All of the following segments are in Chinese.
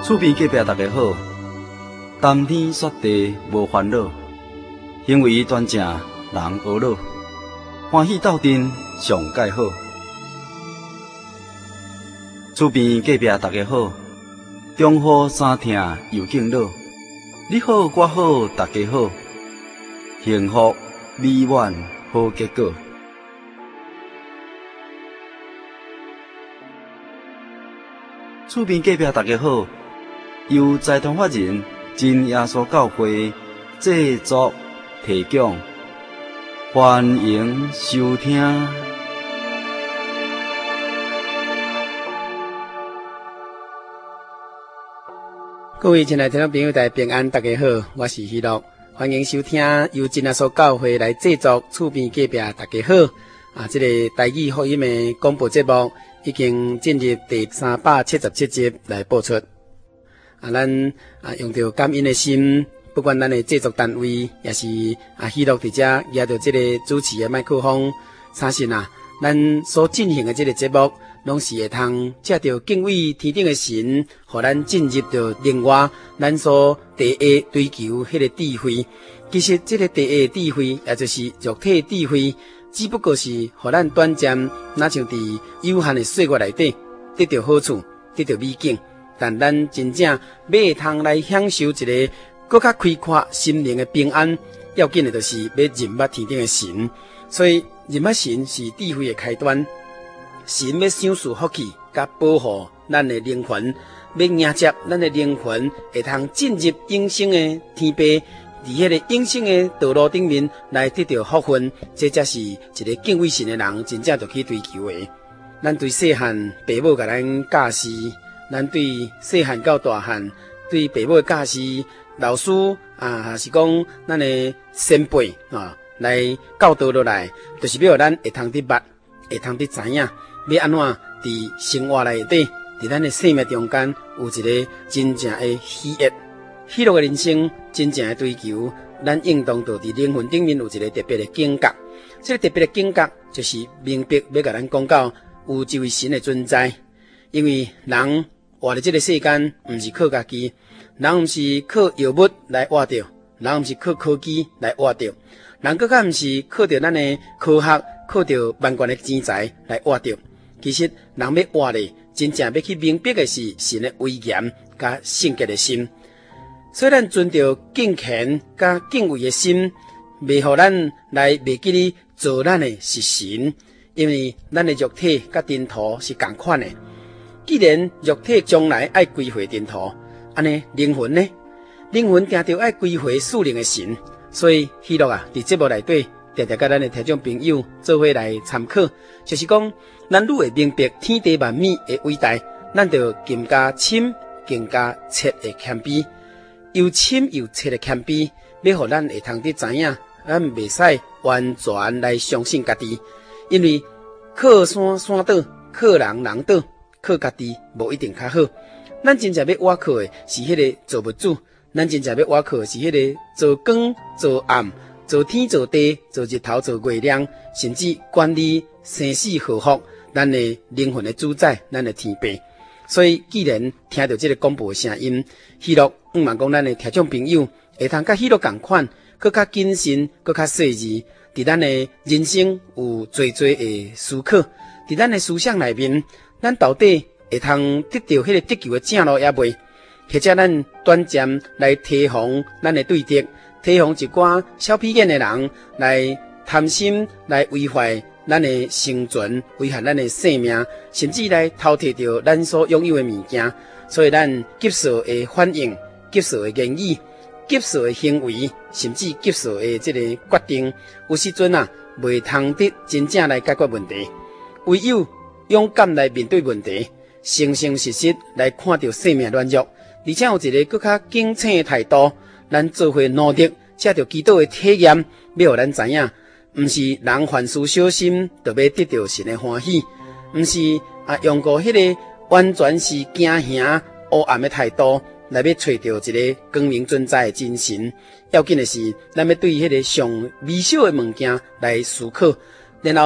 厝边隔壁大家好，谈天说地无烦恼，行为端正人学老，欢喜斗阵上介好。厝边隔壁大家好，中好三听又敬老，你好我好大家好，幸福美满好结果。厝边隔壁大家好，由财团法人真耶稣教会制作提供，欢迎收听。 各位亲爱的听众朋友，大家平安，大家好，我是希乐，欢迎收听由真耶稣教会来制作厝边隔壁大家好这个台语福音的广播节目已经进入第377集来播出。咱用着感恩的心，不管咱的制作单位，也是希乐伫遮拿着这个主持的麦克风，相信咱所进行的这个节目，拢是会通借着敬畏天顶的神，互咱进入到另外咱所第一追求迄个智慧。其实这个第一智慧，也就是肉体智慧，只不过是互咱短暂，若像伫有限的岁月内底得到好处，得到美景。但咱真正要会通来享受一个更较开阔心灵的平安，要紧的就是要认捌天顶的神。所以认捌神是智慧的开端。神要赏赐福气，甲保护咱的灵魂，要迎接咱的灵魂会通进入永生的天父，伫迄个永生的道路顶面来得到福分。这才是一个敬畏神的人真正就去追求的。咱对细汉爸母甲咱教示，咱对细汉到大汉对爸母的教示，老师还是讲咱的先辈来教导落来，就是要咱会通得捌，会通得知影，要安怎伫生活内底，伫咱的生命中间有一个真正的喜悦、喜乐的人生，真正的追求，咱应当就伫灵魂顶面有一个特别的境界。这个特别的境界，就是明白要甲咱讲到有一位神的存在。因为人活伫这个世间，毋是靠家己，人毋是靠药物来活着，人毋是靠科技来活着，人更加毋是靠着咱的科学，靠着万贯的钱财来活着。其实人要活咧，真正要去明白的是神的威严甲圣洁的心。所以咱存着敬虔甲敬畏的心，袂互咱来袂记哩做咱的是神，因为咱的肉体甲尘土是同款的。既然肉体将来爱归回尘土，安尼灵魂呢？灵魂定着爱归回属灵的神。所以希乐伫节目内底，常常甲咱的听众朋友做伙来参考，就是讲，咱愈会明白天地万物的伟大，咱就更加深、更加切的谦卑，又深又切的谦卑，要互咱会通得知影，咱袂使完全来相信家己，因为靠山山倒，靠人人倒，靠家己无一定较好。咱真正要倚靠的是迄个造物主，咱真正要倚靠的是迄个造光、造暗、造天、造地、造日头、造月亮，甚至管理生死祸福，咱的灵魂的主宰，咱的天父。所以，既然听到这个广播的声音，希乐望讲咱的听众朋友会通甲希乐同款，更较谨慎，更较细致，伫咱的人生有最的思考，伫咱的思想内面，咱到底会通得到迄个得救的正路也未？或者咱短暂来提防咱的对敌，提防一寡小屁眼的人来贪心，来危害咱的生存，危害咱的生命，甚至来偷摕到咱所拥有的物件。所以咱急速的反应，急速的言语，急速的行为，甚至急速的这个决定，有时阵袂通得真正来解决问题。唯有勇敢来面对问题，诚诚实实来看到生命软弱，而且有一个更较警醒的态度，咱做伙努力，借着基督的体验，要互咱知影，毋是人凡事小心，就要得到神的欢喜，毋是用过迄个完全是惊吓黑暗的态度，来要找到一个光明存在的真神。要紧的是，咱要对迄个上微小的物件来思考，然后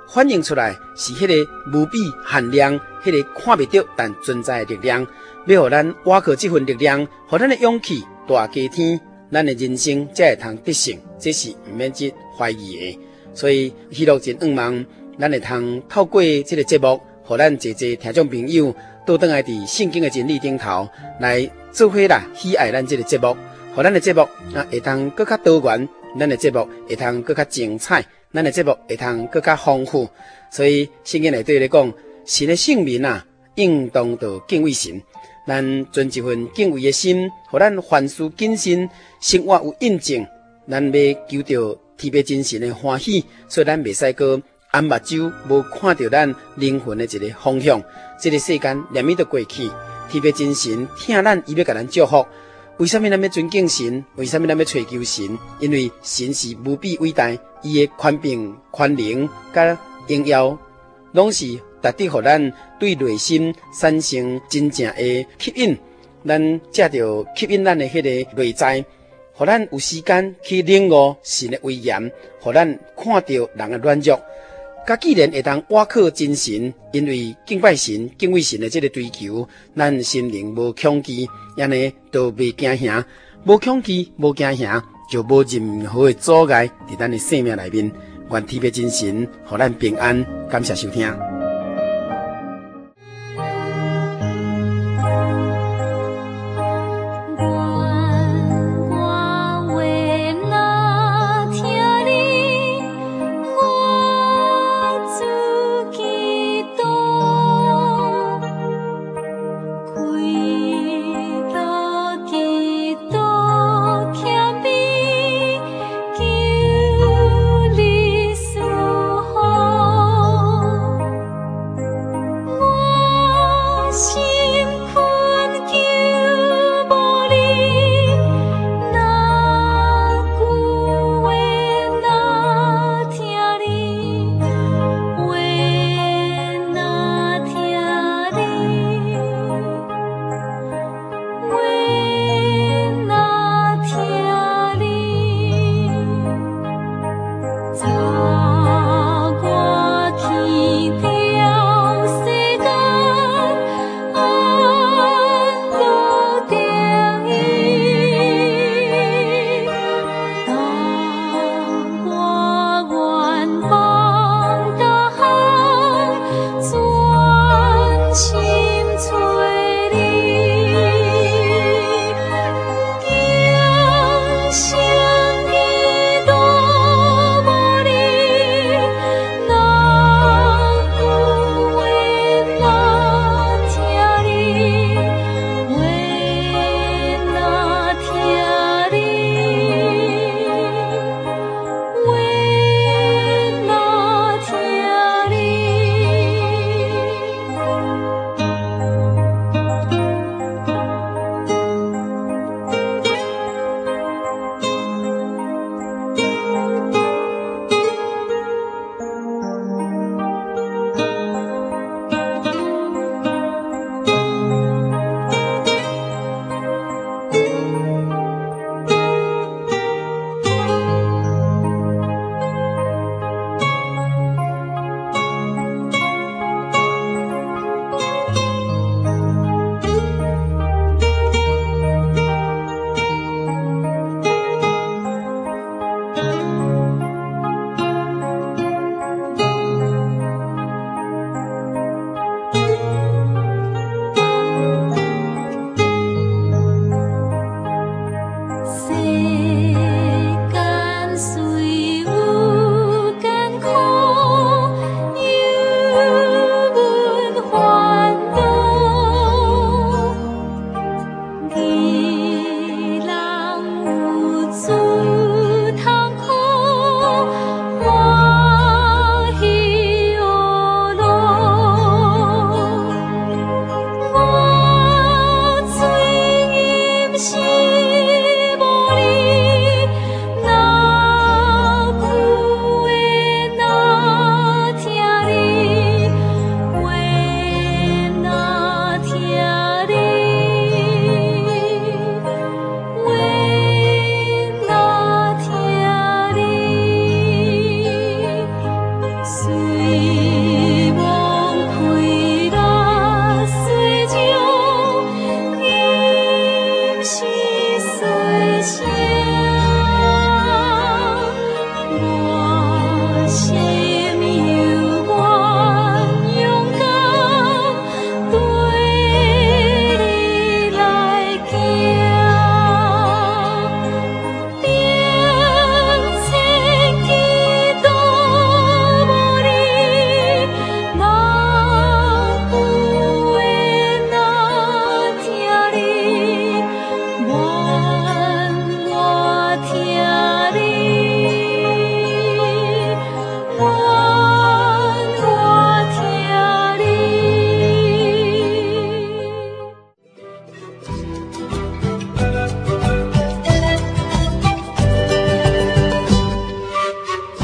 反映出来是迄个无比限量，迄个看不到但存在的力量。要互咱挖靠这份力量，互咱的勇气大加添，咱的人生才会通得胜，这是毋免去怀疑的。所以希望真盼望咱会通透过这个节目，互咱一听众朋友倒转来伫圣经的真理顶头来做伙啦，喜爱咱这个节目，互咱的节目会通更较多元，咱的节目会通更较精彩，咱的节目会通更较丰富。所以圣经内底咧讲，神的圣民应当着敬畏神。咱存一份敬畏的心，互咱凡事谨慎，生活有印证。咱要求到天父真神的欢喜，所以咱袂使个按目睭无看到咱灵魂的一个方向。这个世间连咪都过去，天父真神听咱，伊要甲咱祝福。为什么咱要尊敬神？为什么咱要追求神？因为神是无比伟大，伊的权柄、权能、甲荣耀，拢是值得互咱对内心产生真正的吸引。咱才着吸引咱的迄个内在，互咱有时间去领悟神的威严，互咱看到人的软弱。甲既然会当挖靠真神，因为敬拜神、敬畏神的这个追求，咱心灵无恐惧，安尼都袂惊吓，无恐惧、无惊吓，就无任何的阻碍伫咱的生命内面。愿天父真神，互咱平安。感谢收听。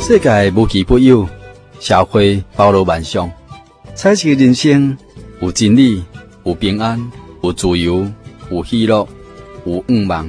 世界无奇不有，社会包罗万象。彩色人生有真理，有平安，有自由，有喜乐，有愿望。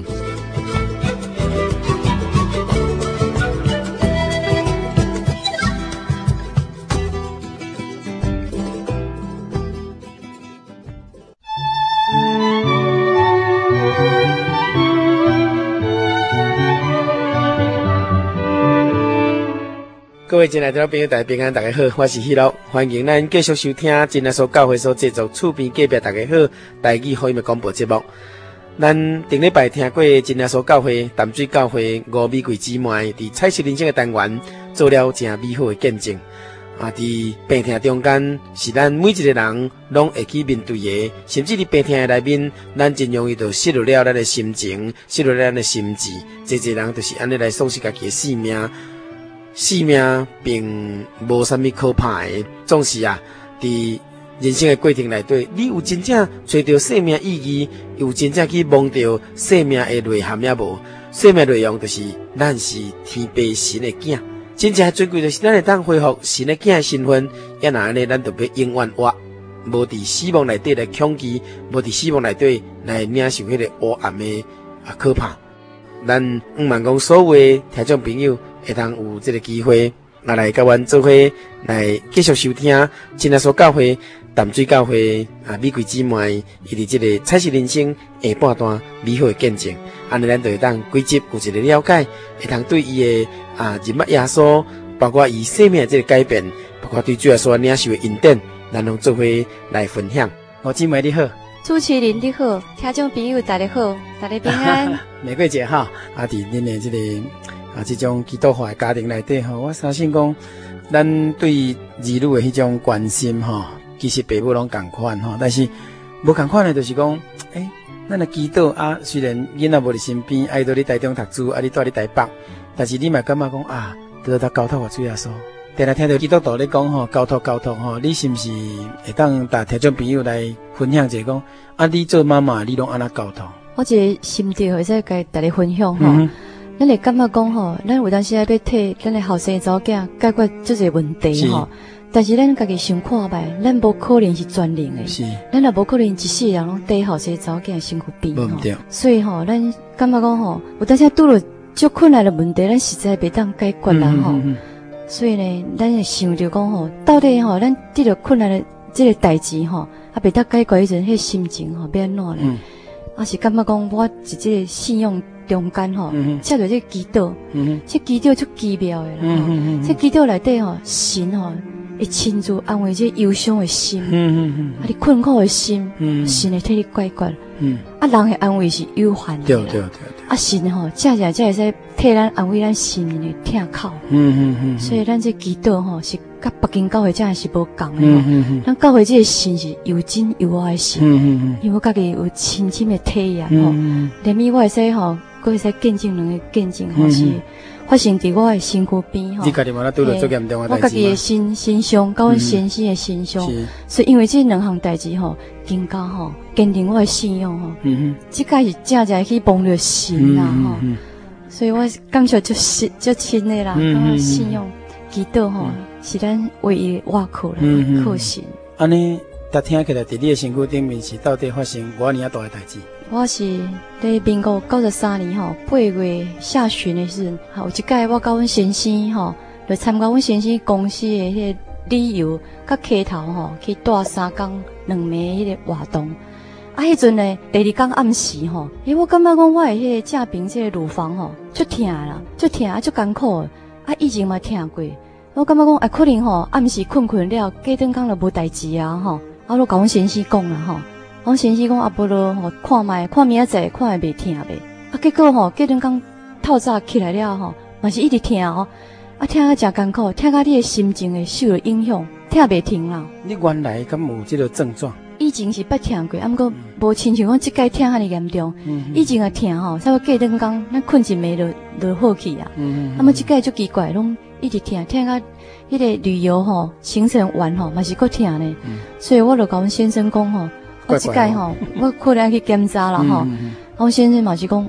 各位亲爱的朋友，大家平安，大家好，我是喜乐，欢迎咱继续收听真耶稣教会所制作厝边隔壁大家好台语福音的广播节目。咱顶礼拜听过真耶稣教会淡水教会五美贵姊妹伫彩色人生的单元做了真美好的见证。伫病痛中间是咱每一个人拢会去面对的，甚至伫病痛的内面，咱真容易就失落了咱的心情，失落了咱的心智。侪人就是安尼来丧失家己的性命。生命并无啥物可怕的，总是伫人生的过程内底，你有真正找到生命意义，有真正去摸到生命的内涵也无？生命内容就是咱是天父神的囝，真正最贵就是咱会当恢复神的囝的身份，也那安尼，咱就要永远活，无伫死亡内底来恐惧，无伫死亡内底来领受迄个黑暗的可怕。咱望讲所有的听众朋友会当有这个机会，来甲阮做伙来继续收听真耶稣教会淡水教会美贵姊妹伊伫这个彩色人生下半段美好的见证，安尼咱就会当规集有一个了解，会当对伊的人物耶稣，包括伊生命的这个改变，包括对主耶稣领受的恩典，咱拢做伙来分享。我姊妹你好。 主持人你好，听众朋友大家好，大家平安。 玫瑰姐哈，伫恁的这个这种基督化的家庭内底吼，我相信讲，咱对儿女的迄种关心吼，其实父母拢共款吼，但是无共款的，就是讲，咱的祈祷虽然囡仔无伫身边，爱到你台中读书，你住伫台北，但是你嘛感觉讲得到交托主耶稣。定来听到基督徒咧讲吼，交托吼，你是不是会当带听众朋友来分享一下讲，你做妈妈你拢安怎交托？ 我一个心得会使甲大家分享吼，咱会感觉讲吼，咱有当时要替咱的后生查某囝解决这些问题吼，但是咱家己想看觅，咱无可能是全能的，是，咱也无可能一世人拢缀后生查某囝身躯边吼，所以吼，咱感觉讲吼，有当时拄着足困难的问题，咱实在袂当解决啦吼。所以呢，咱会想着讲吼，到底吼，咱遇到困难的这个代志吼，袂当解决迄阵，迄心情吼，要安怎呢？是感觉讲，我伫这个信仰中间吼，接着这祈祷，这祈祷足奇妙的啦吼，这祈祷内底吼，神吼会亲自安慰这忧伤的心，你困苦的心，神会替你解决，人的安慰是有限的，对。神吼，正会使替咱安慰咱心灵的痛口，所以咱这祈祷吼是甲北京教会真是无共的吼，咱教会这个神是又真又爱的神，因为我家己有亲身的体验吼，连咪我会使吼，佫会使见证两个见证吼是发生伫我的身躯边吼， 你家己嘛那拄着最严重的代志， 我家己的身上，甲阮先生的身上，所以因为这两项代志吼，更加吼坚定我的信仰吼，即个是正正去帮着神啦吼，所以我感觉足亲的啦，信仰祈祷吼是咱唯一的倚靠啦，靠神。 安尼，搭听起来，伫你的身躯顶面是到底发生偌尔大的代志？ 我是在民国93年吼8月下旬的时阵，有一届我甲阮先生吼，就参加阮先生公司的迄个旅游，甲溪头吼去带3天2暝迄个活动。迄阵呢，第2天暗时吼，我感觉讲我的迄个正边这个乳房吼，足痛啦，足痛足艰苦的，以前嘛痛过。我感觉讲可能吼暗时困了，过顿工就无代志吼。我甲阮先生讲啦吼。阮先生讲无咯吼，看明仔载看会袂痛袂？结果吼，过顿工透早起来了吼，嘛是一直痛哦，痛啊真艰苦，痛啊你的心情会受了影响，痛袂停啦。 你原来敢有这个症状？ 以前是捌痛过，毋过无亲像讲即届痛遐尼严重。以前个痛吼，差不多过顿工，咱困一暝就好去啊。即届足奇怪，拢一直痛啊，迄个旅游吼行程完吼，嘛是够痛呢。所以我就甲阮先生讲吼。我即届吼，我可能去检查啦吼。阮先生嘛是讲，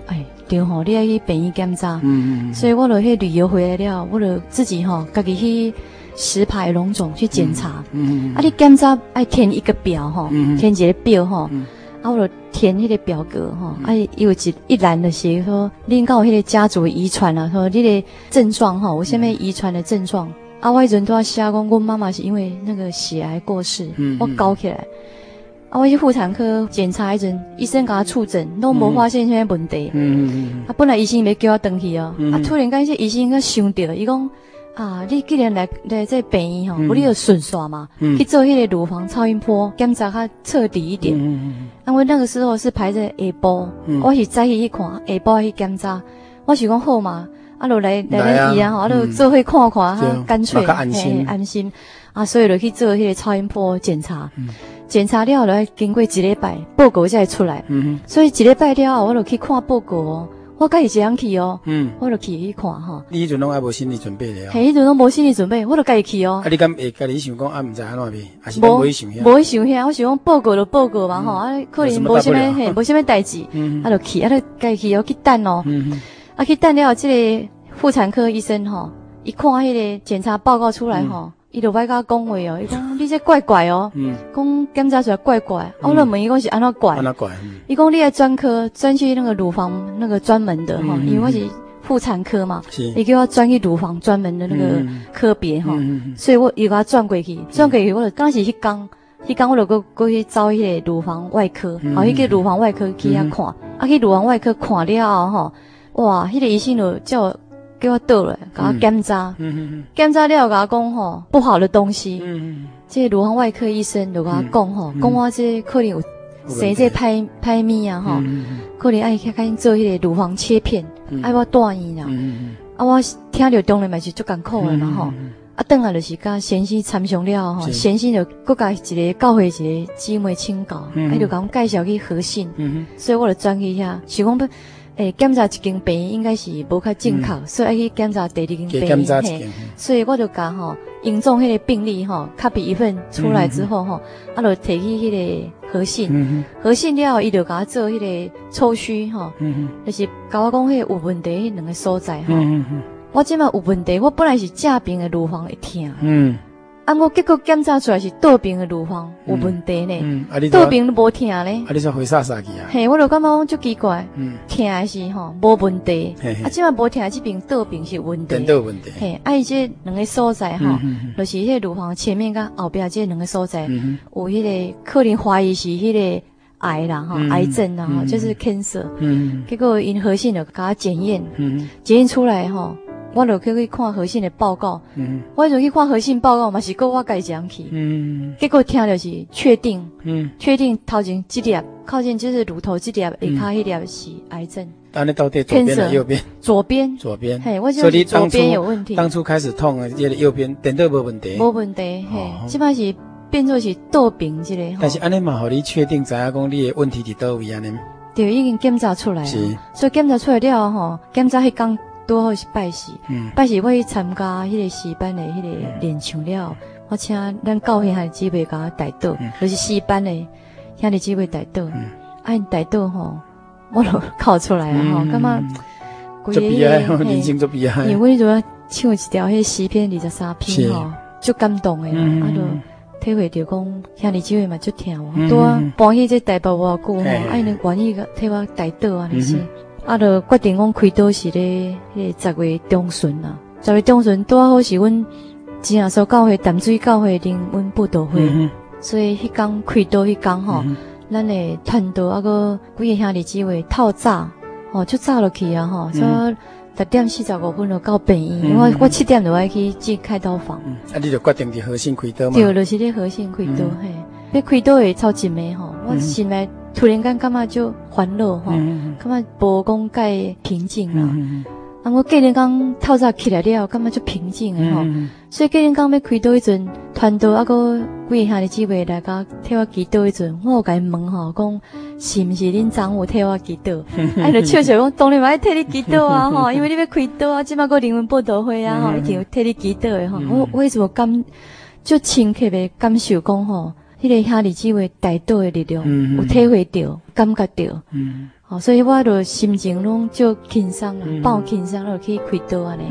定吼，你要去病院检查。所以我就去旅游回来了，我就自己吼，家己去石牌龙总去检查。啊，你检查爱填一个表吼，填一个表吼。啊，我就填迄个表格吼，啊，有一栏的写说，恁敢有迄个家族遗传啊，说你的症状吼，有啥物遗传的症状？啊，我迄阵都要写讲，阮妈妈是因为那个血癌过世，我搞起来。啊，我去妇产科检查迄阵，医生给我触诊，都无发现啥问题。啊，本来医生要叫我回去哦，啊，突然间这医生个想到，伊讲啊，你既然来这病院吼，不你就顺线嘛，去做迄个乳房超音波检查较彻底一点。因为那个时候是排在下晡，我是早起去看，下晡去检查，我是讲好嘛。啊，就来咱医院吼，啊，就做伙看看，哈，干脆安心啊，所以就去做迄个超音波检查，检查了来经过一礼拜，报告才会出来，所以一礼拜了后，我就去看报告哦，我家己一人去哦，我就去看哈。 你迄阵拢还无心理准备了？ 嘿，迄阵拢无心理准备，我就家己去哦。 啊，你敢会家己想讲啊，毋知安怎变，还是无去想遐？ 无去想遐，我想讲报告就报告嘛吼，啊，可能无啥物嘿，无啥物代志，啊，就去，啊，就家己去哦，去等哦，啊，去等了这个妇产科医生吼，一看迄个检查报告出来吼，伊就歹甲我讲话哦，伊讲你这怪怪哦，讲检查出来怪怪，我就问伊讲是安怎怪？伊讲你来专科转去那个乳房那个专门的哈，因为我是妇产科嘛，伊叫我转去乳房专门的那个科别哈，所以我又甲转过去，我就刚是迄天我就过去找迄个乳房外科，迄个乳房外科去遐看，啊去乳房外科看了后吼。哇，迄个医生就叫我倒来，给我检查，检查了，甲我讲吼不好的东西，这乳房外科医生就甲我讲吼，讲我这可能有生这歹咪啊吼，可能爱赶紧做迄个乳房切片，爱我住院啦，啊我听着当然嘛是足艰苦的嘛吼，啊转来就是甲先生参详了吼，先生就搁甲一个教会一个姊妹请教，啊就甲我介绍去和信，所以我就转去遐，想讲检查一间病院应该是无较正确，所以爱去检查第二间病院。嘿，所以我就甲吼，营造迄个病历吼，copy 一份出来之后吼，啊，就摕去迄个和信，和信了后，伊就甲我做迄个抽虚吼，就是甲我讲迄个有问题迄两个所在吼。我即马有问题，我本来是正边的乳房会痛。啊，我结果检查出来是倒边的乳房有问题呢，倒边都无痛呢。 啊，你说回啥去啊？ 嘿，我就感觉讲足奇怪，痛的是吼无问题，啊，即马无痛这边倒边是有问题。 倒问题。 嘿，啊，伊这两个所在吼，就是迄个乳房前面甲后壁这两个所在，有迄个可能怀疑是迄个癌啦吼，癌症啦吼，就是 cancer。结果因和信就甲我检验，检验出来吼。我就去看和信的报告，我就去看和信报告嘛，是跟我家己人去，结果听的是确定头前这粒靠近就是乳头这粒下骹迄粒是癌症。 安尼到底左边还是右边？ 左边。嘿，我就是左边有问题。 当初开始痛的这个右边，电到无问题。 无问题，嘿，即摆是变做是倒边这个。 但是安尼嘛，互你确定知影讲你的问题伫倒位安尼。 对，已经检查出来了。是。所以检查出来了吼，检查迄天。拄好是拜四，拜四我去参加迄个诗班的迄个练唱了，我请咱教会兄弟姊妹甲我带导，就是诗班的兄弟姊妹带导，因带导吼，我就考出来了吼，感觉足悲哀，人生足悲哀。 因为就要唱一条迄诗篇23篇吼，足感动的，啊就体会着讲兄弟姊妹嘛足疼我，拄啊搬去这台北偌久吼，因为愿意替我带导啊那些。啊，就决定讲开刀是咧迄个10月中旬啦。10月中旬拄好是阮真耶稣教会淡水教会灵恩布道会，所以迄天开刀迄天吼，咱的团队啊个几个兄弟姊妹透早吼，就早落去啊吼，所以10点45分就到病院，因为我7点就爱去进开刀房。 啊，你就决定伫和信开刀嘛？ 对，就是咧和信开刀嘿。要开刀会超级美吼，我心内突然间感觉就烦恼吼，感觉无讲介平静啦。啊，我隔天刚透早起来了，感觉就平静的吼。所以隔天刚要开刀迄阵，团队啊个几个兄弟姊妹来甲替我祈祷迄阵，我有甲因问吼，讲是毋是恁长母替我祈祷？哎，就笑笑讲，当然嘛爱替你祈祷啊吼，因为你要开刀啊，即马个灵魂布道会啊吼，一定有替你祈祷的吼。我为什么就深刻的感受讲吼？ 迄个兄弟姊妹带倒的力量，有体会到，感觉到，所以我就心情拢就轻松啦，放轻松就去开刀安尼。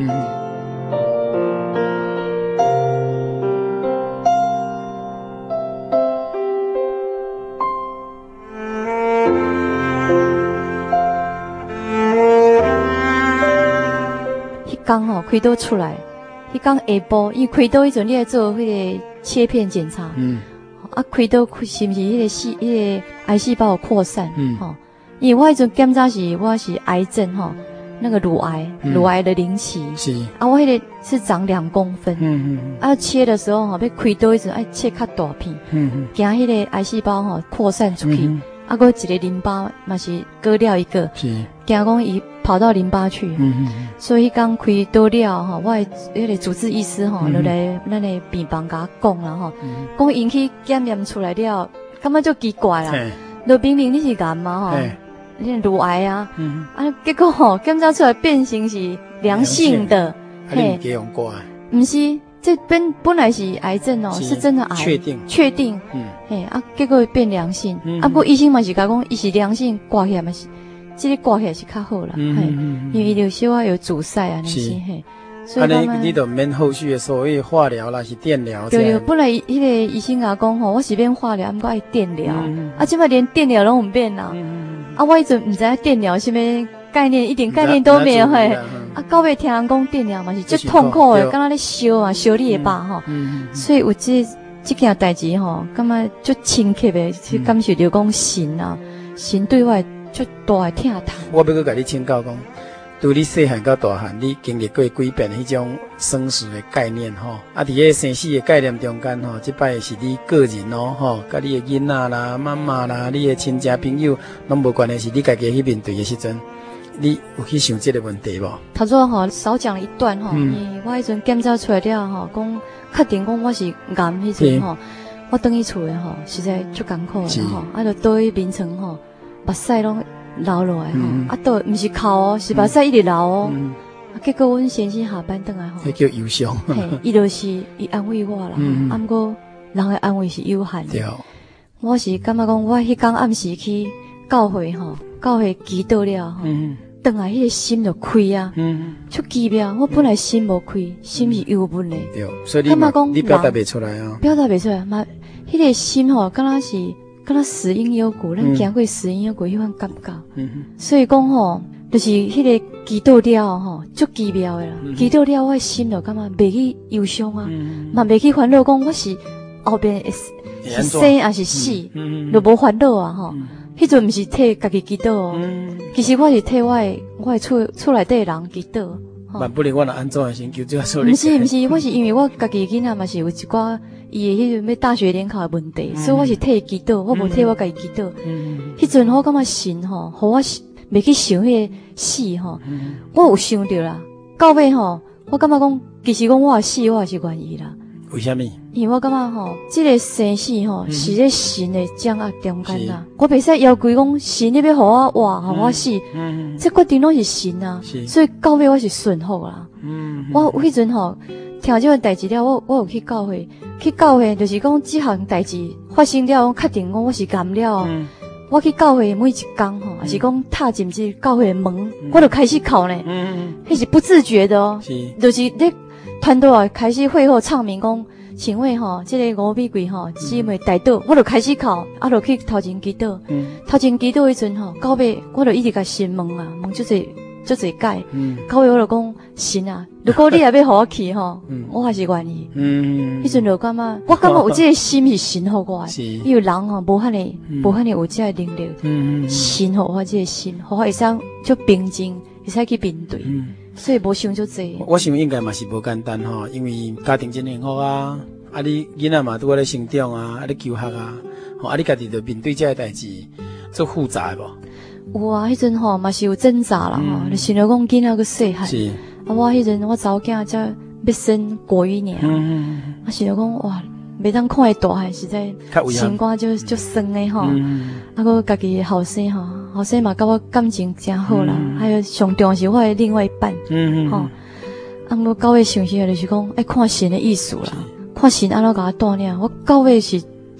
迄天吼开刀出来，迄天下晡，伊开刀迄阵，你来做迄个切片检查，开刀是毋是迄个癌细胞有扩散？因为我迄阵检查我是癌症吼，那个乳癌的零期，是我迄个是长2公分，切的时候吼，要开刀迄阵爱切较大片，惊迄个癌细胞吼扩散出去，搁一个淋巴嘛是割掉一个，惊讲伊跑到淋巴去，所以刚开刀了吼，我迄个主治医师吼，就来咱的病房甲我讲啦吼，讲引起检验出来了，感觉就奇怪啦，就明明你是癌嘛吼。你乳癌啊，结果吼检查出来变成是良性的， 嘿，给用过啊？ 不是，这本来是癌症哦，是真的癌，确定，嘿结果变良性，不过医生嘛是讲，伊是良性挂起来嘛是，这个挂起来是较好啦，嘿，因为伊就小可有阻塞啊那些，嘿。 所以你就免后续的所谓化疗啦，是电疗。 对，本来迄个医生甲我讲吼，我是免化疗，不过爱电疗，现在连电疗拢唔免啦。我一直唔知道电疗什么概念，一点概念都没有嘿。到尾听人讲电疗嘛是最痛苦的，敢若咧烧啊烧你的疤吼。所以有这件代志吼，感觉足深刻的，去感受到讲神对我足大的疼痛。 我要搁甲你请教讲。对你细汉到大汉，你经历过几遍迄种生死的概念吼？伫迄生死的概念中间吼，这摆是你个人吼，甲你的囡仔啦、妈妈啦、你的亲戚朋友，拢无关系，是你家己去面对的时阵，你有去想这个问题无？ 头先吼少讲了一段吼，因为我迄阵检查出来了吼，讲确定讲我是癌迄阵吼，我回去厝的吼，实在足艰苦的吼，就倒去眠床吼，目屎拢流落来吼，倒毋是哭哦，是目屎一直流哦。结果阮先生下班回来吼， 迄叫忧伤。 嘿，伊就是伊安慰我啦，毋过人的安慰是有限的。我是感觉讲，我迄天暗时去教会吼，教会祈祷了吼，回来迄个心就开啊，出奇妙。我本来心无开，心是忧闷的。 对，所以你表达袂出来啊， 表达袂出来嘛，迄个心吼，敢若死因有故，咱经过死因有故迄款感觉。所以讲吼，就是迄个祈祷了吼，足奇妙的啦。祈祷了，我的心就感觉袂去忧伤啊，嘛袂去烦恼，讲我是后边是生还是死，就无烦恼啊吼。迄阵毋是替家己祈祷哦，其实我是替我的厝内底人祈祷。 万不能我若安怎先求这说你？ 毋是，我是因为我家己囡仔嘛是有一寡伊的迄种要大学联考的问题，所以我是替伊祈祷，我无替我家己祈祷。迄阵我感觉神吼，互我袂去想迄个死吼，我有想着啦。到尾吼，我感觉讲，其实讲我死，我也是愿意啦。 为什么？ 因为我感觉吼，这个生死吼是咧神的掌握中间啦。我袂使要求讲神你要互我活，互我死，这决定拢是神啊。所以到尾我是顺服啦。我迄阵吼听这个代志了，我有去教会，就是讲这项代志发生了，我确定讲我是癌了。我去教会每一天吼，也是讲踏进这教会的门，我就开始哭呢。迄是不自觉的哦，就是咧团队啊开始会后唱名讲，请问吼，这个五米柜吼姊妹带倒，我就开始哭，就去头前祈祷。头前祈祷迄阵吼，到尾我就一直甲神问啊，问足侪解。到尾我就讲神啊，如果你也要互我去吼，我还是愿意。迄阵就感觉，我感觉有这个心是神互我的，因为人吼无遐尼有这个能力，神互我这个心，互我会使足平静，会使去面对。所以无想足济。 我想应该嘛是无简单吼，因为家庭真幸福啊，你囡仔嘛拄仔咧成长啊，你求学啊，你家己就面对这个代志，足复杂的无？ 有啊，迄阵吼嘛是有挣扎啦吼，就想着讲囡仔个细汉，我迄阵我查某囝才要升国语尔，我想着讲哇，袂当看伊大汉，实在心肝就酸的吼，个家己后生吼。后生嘛，甲我感情真好啦，还有上重要是我的另外一半，吼。我到尾想起来就是讲，爱看神的意思啦，看神安怎甲我带领。我到尾是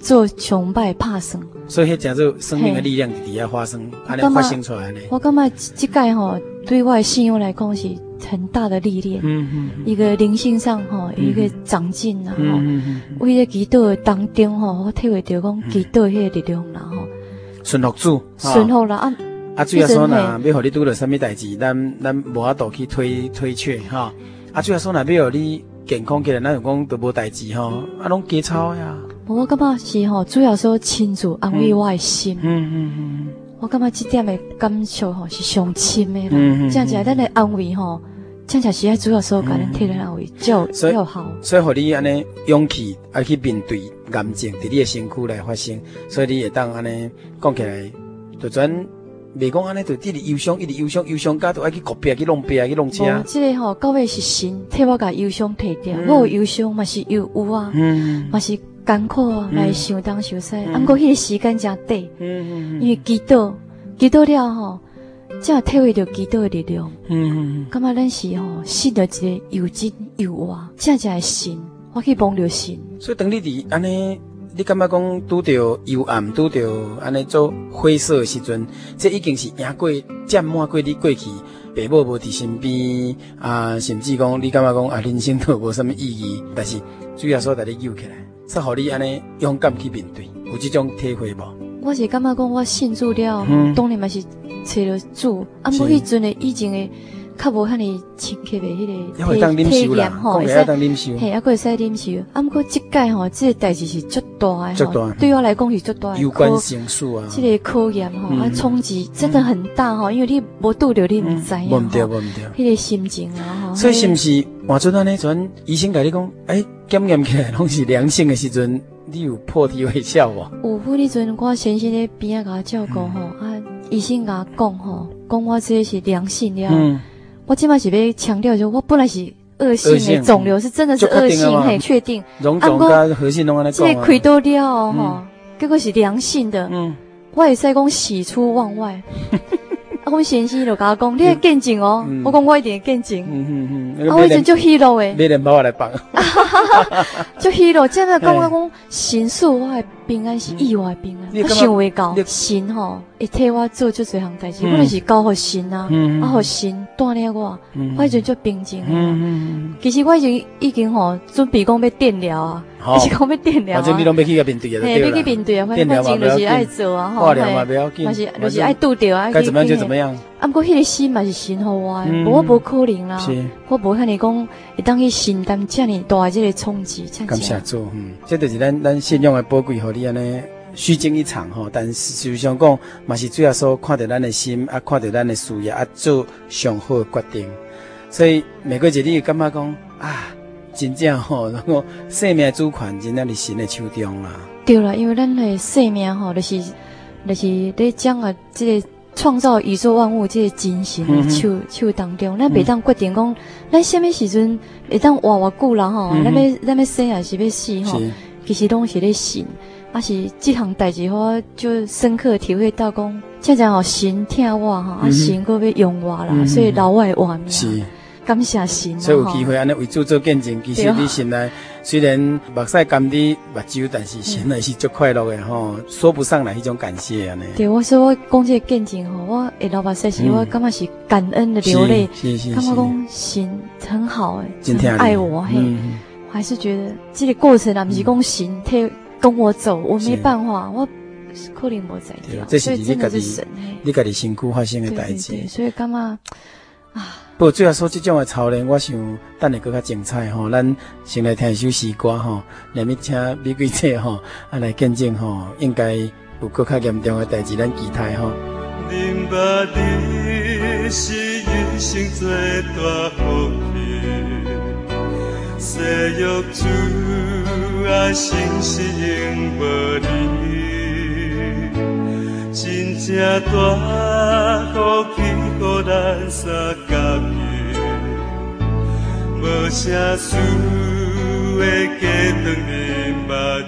做上歹拍算。 所以迄叫做生命的力量伫遐发生，安尼发生出来呢。 我感觉这届吼，对我的信仰来讲是很大的历练，一个灵性上吼，一个长进啦吼。为了祈祷的当中吼，我体会到讲祈祷迄个力量啦吼。 顺服主， 顺服啦主要说呐，要互你拄到什么代志，咱无法度去推却哈。主要说呐，要互你健康起来，咱就讲都无代志吼，拢加操呀。 我感觉是吼，主要说亲自安慰我的心。我感觉这点的感受吼是上深的啦。正正咱的安慰吼，正正是爱主要说甲咱替咱安慰，较好。 所以互你安尼勇气去面对癌症伫你的身躯来发生，所以你会当安尼讲起来，就转袂讲安尼，就一直忧伤，忧伤，甲都爱去告别，去弄别，去弄车。 这个吼，到尾是神替我甲忧伤摕掉，我有忧伤嘛是有啊，嘛是。艰苦啊，来想东想西，不过迄个时间真短，因为祈祷了吼，才体会到祈祷的力量。感觉咱是吼，信到一个又真又活，正的神，我去望着神。 所以当你伫安尼，你感觉讲拄着幽暗，拄着安尼做灰色的时阵，这已经是赢过占满过你过去爸母无伫身边啊，甚至讲你感觉讲人生都无什么意义，但是主要所带你救起来。说互你安尼勇敢去面对，有这种体会无？ 我是感觉讲我信主了，当然嘛是找着主，不过迄阵的以前的较无遐尼深刻的迄个体验吼， 会使当忍受， 嘿，还会使忍受。不过这届吼，这个代志是足大的吼，对我来讲是足大的。 有关性数啊， 这个考验吼，冲击真的很大吼，因为你无拄着你唔知啊， 无唔对， 迄个心情啊吼。 所以是不是换做安尼阵，医生甲你讲，检验起来拢是良性的时阵，你有破涕为笑无？ 有迄阵我先生咧边仔甲我照顾吼，医生甲我讲吼，讲我这是良性了。我今摆是要强调说，我本来是恶性的肿瘤，是真的是恶性，嘿，确定。 溶肿甲核心拢安尼讲。 这开刀了吼，结果是良性的。我会使讲喜出望外。我先生就甲我讲，你会见证哦。我讲我一定会见证。我以前就喜乐诶。 买点包来放。 就喜乐，真的讲我讲神赐我的平安是意外平安，我想袂到神吼会替我做足侪项代志，我就是交互神啊，互神带领我，我以前就平静诶。其实我已经吼准备讲要电疗啊，是讲要电疗啊。 反正你拢要去面对啊， 嘿，要去面对啊，反正就是爱做啊，吼， 化疗嘛不要紧， 嘛是就是爱拄着啊， 该怎么样就怎么样。 不过迄个心嘛是神互我诶，我无可能啦，我无遐尼讲会当去承担遮尔大即个冲击。 感谢主，这就是咱信仰的宝贵，互你安尼虚惊一场吼。但事实上讲，嘛是主要说看到咱的心，看到咱的事业，做上好的决定。所以每个日你感觉讲真正吼，然后生命主权真正是神的手中啦。 对啦，因为咱的生命吼，就是咧讲这个。创造宇宙万物这个精神的手当中，咱袂当决定讲，咱什么时阵会当活偌久啦吼，咱要生还是要死吼，其实拢是咧信，是这项代志我就深刻体会到讲，真正吼神疼我吼，神搁要用我啦，所以留我的活命。是。感谢神， 所以有机会安尼为主做见证，其实你心内虽然目屎干滴目睭，但是心内是足快乐的吼，说不上来迄种感谢安尼。 对，我说我讲这个见证吼，我会流目屎时，我感觉是感恩的流泪，感觉讲神很好很爱我嘿，我还是觉得这个过程啊，不是讲神替跟我走，我没办法，我可能无在掉，所以真的是神你家己身躯发生的代志， 所以感觉不过最后说这种的操练，我想等下更较精彩吼。咱先来听一首诗歌吼，连咪请美贵姐吼来见证吼，应该有更较严重的代志，咱期待吼。 明白你是人生最大福气，西约主啊，心是永无你，真正大福气。予咱三合意，无啥事会加长你目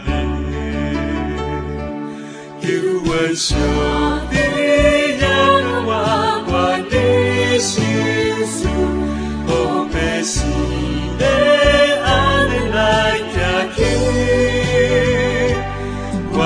睭，求阮上帝让我愿你心事，后辈是咧安尼来行去，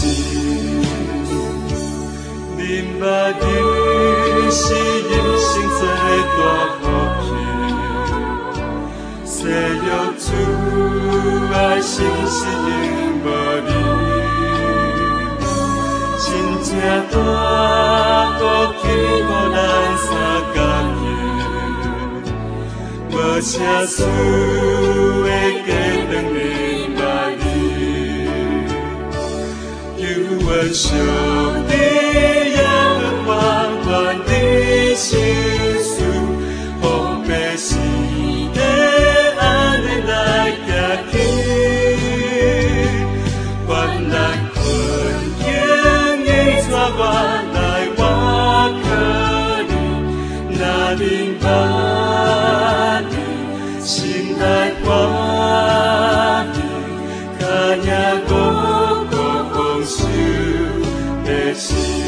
心，明白你是人生最大福气，世俗主爱心是因无你，真正大福气予咱三家己，无啥事会加长你爱你，求阮上帝也还原你心事，方便是的安尼来行去，原来困境已带我来我可怜，那明白你心内欢喜，甲也无过丰收的心。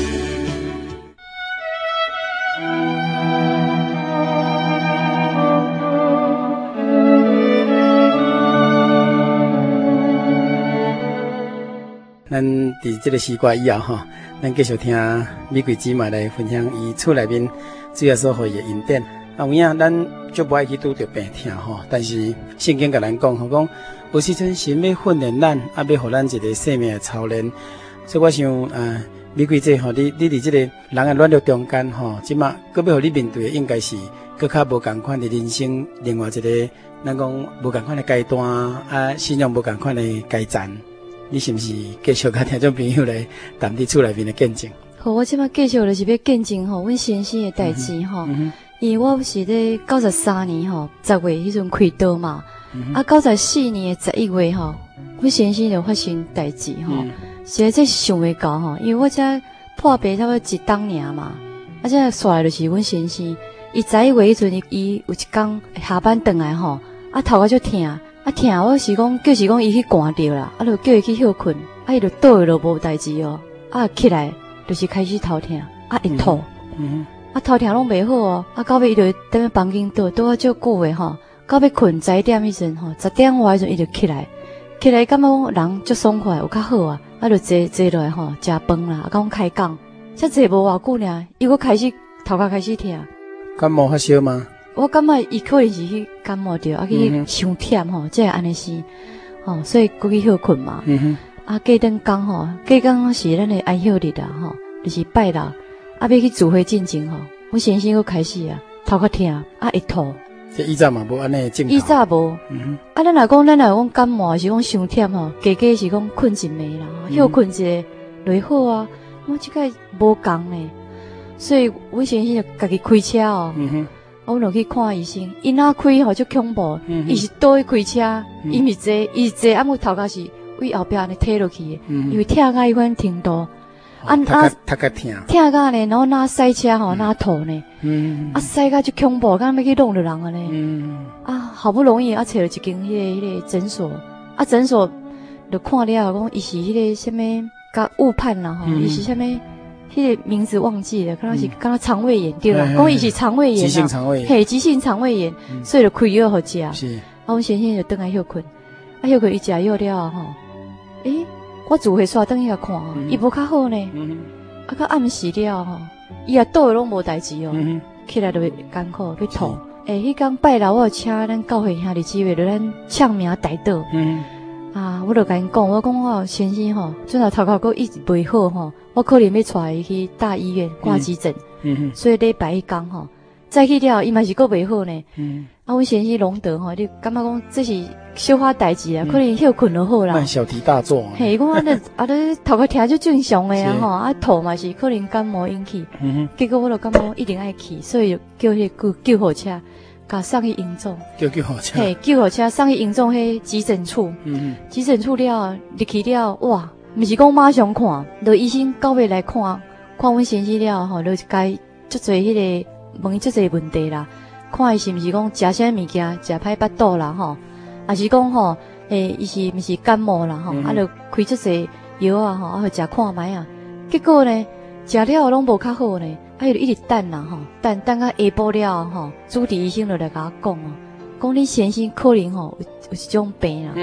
咱伫这个诗歌以后吼，咱继续听美桂姊妹来分享伊厝内面主要所予伊的恩典。有影咱就不爱去拄着病痛吼，但是圣经甲咱讲吼，讲有时阵神要训练咱，啊，要互咱一个生命的操练。所以我想，美桂姐吼，你伫这个人的软弱中间吼，即马搁要互你面对的应该是搁较无共款的人生，另外一个咱讲无共款的阶段啊，信仰无共款的阶段。你是不是继续甲听众朋友来谈伫厝内面的见证？ 好，我即摆继续就是要见证吼，阮先生的代志吼。因为我是咧93年吼10月迄阵开刀嘛，啊94年的11月吼，阮先生就发生代志吼。实在这想袂到吼，因为我遮破病差不多1冬尔嘛，啊这煞来就是阮先生，伊11月迄阵伊有一天下班回来吼，啊头壳就痛。啊疼！我是讲，就是讲伊去寒着啦，啊，就叫伊去休困，啊，伊就倒去就无代志哦，啊，起来就是开始头痛，啊，一吐，啊，头痛拢袂好哦，啊，到尾伊就踮咧房间倒啊，照久诶吼，到尾困11点迄阵吼，10点外迄阵伊就起来感觉讲人足爽快，有较好啊，啊，就坐落来吼，食饭啦，啊，甲阮开讲，才坐无偌久尔，伊又开始头壳开始痛， 感冒发烧吗？ 我感觉伊可能是去感冒着，啊去伤忝吼，才会安尼生，吼，所以过去休困嘛。啊，过顿工吼，过工是咱的安休日啦，吼，就是拜六，啊要去聚会进前吼，我先生又开始啊，头壳痛，啊一吐。 这以前嘛无安尼症头。 以前无。啊，咱若讲感冒是讲伤忝吼，加是讲困一暝啦，休困一下就好啊。我即个无共呢，所以我先生就家己开车哦。我就去看医生，伊哪开吼就恐怖，伊是倒去开车，伊毋是坐，啊，我头壳是为后壁安尼推落去的，因为痛到迄款程度，啊， 头壳痛到呢，然后哪塞车吼，哪吐呢，啊，塞到就恐怖，敢要去弄着人啊呢，啊，好不容易啊，找了一间迄个诊所，啊，诊所就看了，讲伊是迄个什么，甲误判啦吼，伊是什么。迄个名字忘记了，可能是敢若肠胃炎对啦，讲伊是肠胃炎，急性肠胃炎，嘿，急性肠胃炎，所以就开药互食。是，啊，阮先生就倒来休困，啊，休困伊食药了吼，我自会刷转去甲看吼，伊无较好呢，啊，到暗时了吼，伊也倒拢无代志哦，起来就会艰苦去吐。迄天拜六我请咱教会兄弟姊妹，就咱唱名代祷。啊，我就甲因讲，我讲我先生吼，阵头头壳佫一直袂好吼，我可能要带伊去大医院挂急诊。所以礼拜一讲吼，再去了，伊嘛是佫袂好呢。啊，阮先生拢得吼，你感觉讲这是小可代志啊，可能休困就好啦。慢小题大做。 嘿，讲你头壳疼就正常诶啊吼，啊吐嘛是可能感冒引起。结果我就感觉一定爱去，所以就叫迄个救护车。甲送去营总， 叫救护车， 嘿，救护车送去营总迄急诊处，急诊处了入去了，哇，毋是讲马上看，就医生到尾来看阮先生了吼，就该足侪迄个问伊足侪问题啦，看伊是毋是讲食啥物件，食歹腹肚啦吼，还是讲吼，伊是毋是感冒啦吼，啊，就开足侪药啊吼，啊，食看卖啊，结果呢，食了拢无较好呢。啊，伊就一直等啦吼，等到下晡了吼，主治医生就来甲我讲哦，讲你先生可能吼有一种病啦，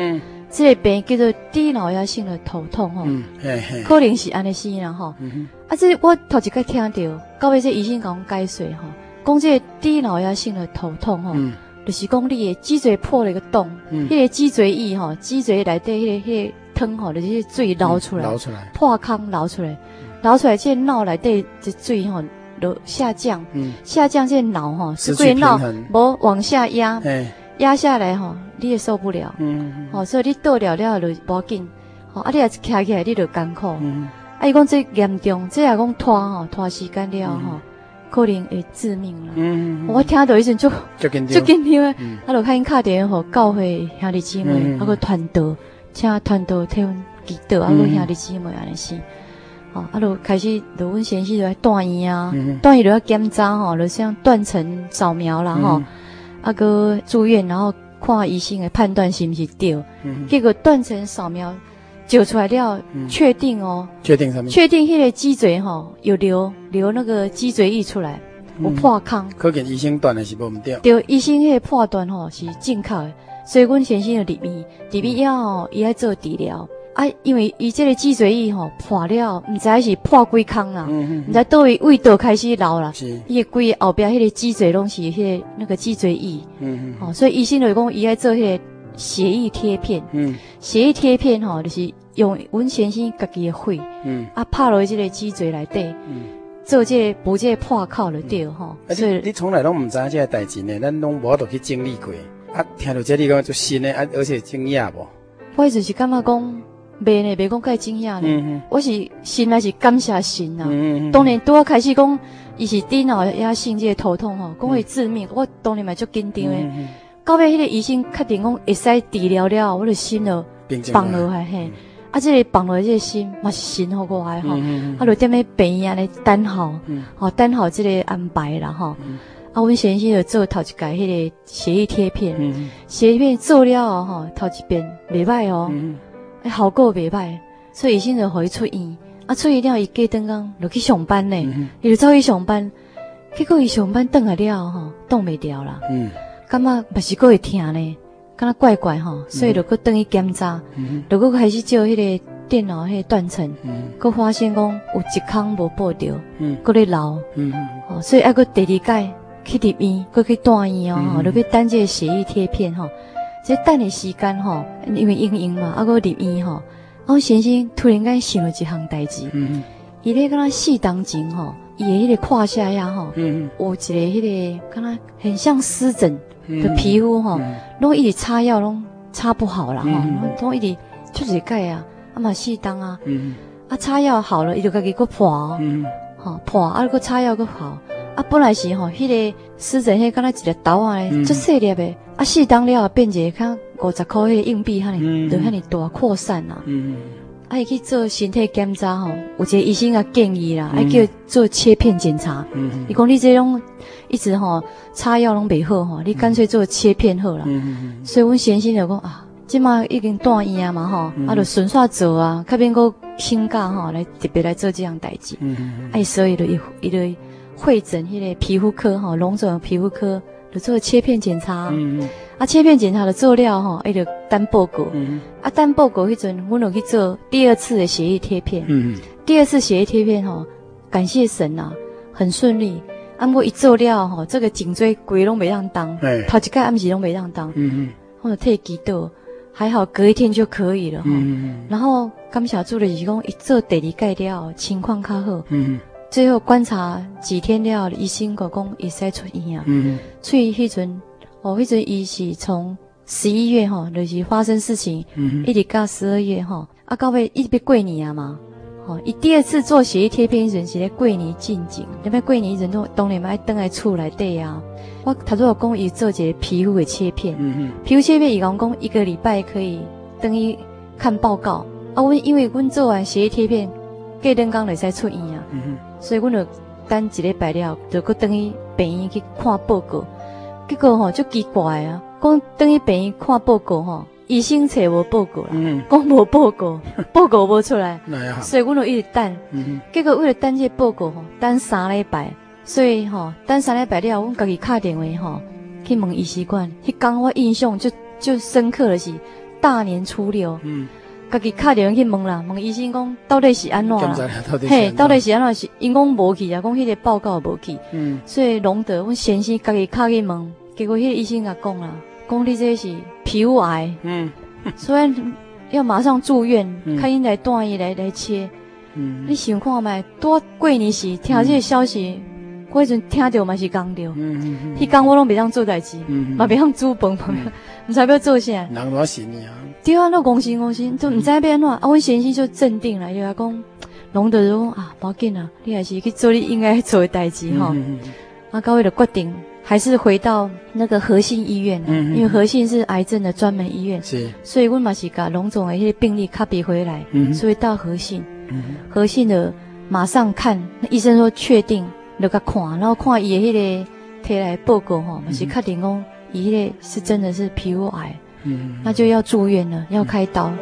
这个病叫做低脑压性的头痛吼，可能是安尼生啦吼。啊，这我头一个听到，到尾这医生甲阮解说吼，讲这个低脑压性的头痛吼，就是讲你的脊椎破了一个洞，迄个脊椎液吼，脊椎内底迄个汤吼，就是水流出来，破空流出来，这脑内底这水吼就下降，下降这脑吼，是个脑无往下压，压下来吼，你也受不了，所以你倒了就无要紧，啊，你也徛起来你就艰苦，啊，伊讲这严重，这也讲拖时间了吼，可能会致命啦。我听到迄阵就紧张的，啊，就赶紧打电话给教会兄弟姊妹，啊个传道，请传道替阮祈祷，啊个兄弟姊妹安尼是，啊，就开始就阮先生就来住院啊，住院就要检查吼，就像断层扫描啦吼，啊个住院，然后看医生的判断是毋是对，结果断层扫描照出来了，确定哦，确定什么？确定迄个脊椎吼有流那个脊椎液出来，有破空。 可见医生断的是无毋对。 对，医生迄个判断吼是正确的，所以阮先生就入院以后吼，伊爱做治疗啊，因为伊这个脊椎液吼破了，毋知是破几空啦，毋知倒位胃道开始流啦，伊个规后壁迄个脊椎拢是迄个那个脊椎液，所以医生就讲伊爱做迄个血液贴片，血液贴片吼就是用阮先生家己的血，啊拍落这个脊椎内底，做这个补这个破口就对吼。 所以你从来拢毋知影这个代志呢，咱拢无度去经历过。啊，听到这你讲就新的，啊，而且惊讶无？ 我就是感觉讲，袂讲介惊讶呢。我是心内是感谢神啊。当然拄啊开始讲，伊是低脑压性这个头痛吼，讲会致命，我当然嘛足紧张的。到尾迄个医生确定讲会使治疗了，我就心就放落来嘿。啊，这个放落来这个心嘛是神互我的吼，啊，就踮咧病院安尼等候，等候这个安排啦吼。啊，阮先生就做头一届迄个血液贴片，血液片做了吼，头一遍袂歹哦，效果袂歹，所以医生就互伊出院。啊，出院了伊过顿工就去上班呢，伊就走去上班，结果伊上班转来了吼，挡袂掉啦。感觉嘛是佫会疼呢，敢若怪怪吼，所以就佫转去检查，就佫开始照迄个电脑迄个断层，佫发现讲有一空无报着，佫咧流，所以还佫第二届去入院，佫去住院哦，就要等这个血液贴片吼，这等的时间吼，因为应用嘛，啊佫入院吼，我先生突然间想了一项代志，伊咧敢若4当前吼，伊的迄个胯下呀吼，有一个迄个敢若很像湿疹的皮肤吼，拢一直擦药拢擦不好啦吼，拢一直就是盖啊，啊嘛4当啊，啊擦药好了，伊就家己佫破，破啊佫擦药佫好，啊本来是吼迄个湿疹迄敢若一粒豆啊咧，足细粒的，啊4当了变一个看50块迄个硬币，遐尼就遐尼大扩散啦。啊，伊去做身体检查吼，有一个医生啊建议啦，爱叫做切片检查。伊讲你这种一直吼擦药拢袂好吼，你干脆做切片好啦。所以阮先生就讲啊，即马已经住院啊嘛吼，啊就顺续做啊，较免佫请假吼来特别来做这样代志。所以伊就会诊迄个皮肤科吼，龙总皮肤科就做切片检查。啊，切片检查就做了吼，伊就等报告。啊，等报告迄阵，阮就去做第2次的血液贴片。第2次血液贴片吼，感谢神啊，很顺利。啊，我一做了吼，这个颈椎规拢袂让当，头一届暗时拢袂让当。我就替祈祷，还好隔一天就可以了吼。然后感谢主的是讲，一做第2届了，情况较好。最后观察几天了，医生讲会使出院啊。出院迄阵。迄阵伊是从11月吼，就是发生事情，一直到12月吼，啊到尾一直过年啊嘛，伊第2次做血液贴片迄阵是咧过年进境，那边过年迄阵都当然嘛爱倒来厝内底啊。我头拄有讲伊做一个皮肤的切片，皮肤切片伊讲1个礼拜可以等于看报告啊。因为阮做完血液贴片，过2天就使出院啊，所以阮就等1礼拜了，就搁等于病院去看报告。结果吼就奇怪啊，讲等于病院看报告吼，医生找无报告啦，讲无报告，报告无出来，所以阮就一直等。结果为了等这个报告吼，等3礼拜，所以吼等3礼拜了，阮家己打电话吼去问医师馆。迄天我印象就深刻的是， 大年初六，家己敲电话去问啦，问医生讲到底是安怎啦？嘿，到底是安怎？是因讲无去啊，讲迄个报告无去。所以龙德阮先生家己敲去问，结果迄个医生甲讲啦，讲你这是皮肤癌。虽然要马上住院，开因来断伊来切。你想看觅，多过年时听这个消息，我迄阵听着嘛是讲着。迄天我拢袂当做代志，嘛袂当煮饭，毋知要做啥。 人多神啊！ 对啊，那公心，就毋知要安怎。啊，阮先生就镇定了，就来讲，龙德就讲啊，无要紧啊，你还是去做你应该做的代志吼。啊，到尾就决定还是回到那个和信医院，因为和信是癌症的专门医院，是，所以阮嘛是甲龙总的迄个病历copy回来，所以到和信。和信的马上看，那医生说确定，就甲看，然后看伊的迄个摕来报告吼，嘛是确定讲伊迄个是真的是皮肤癌，那就要住院了，要开刀。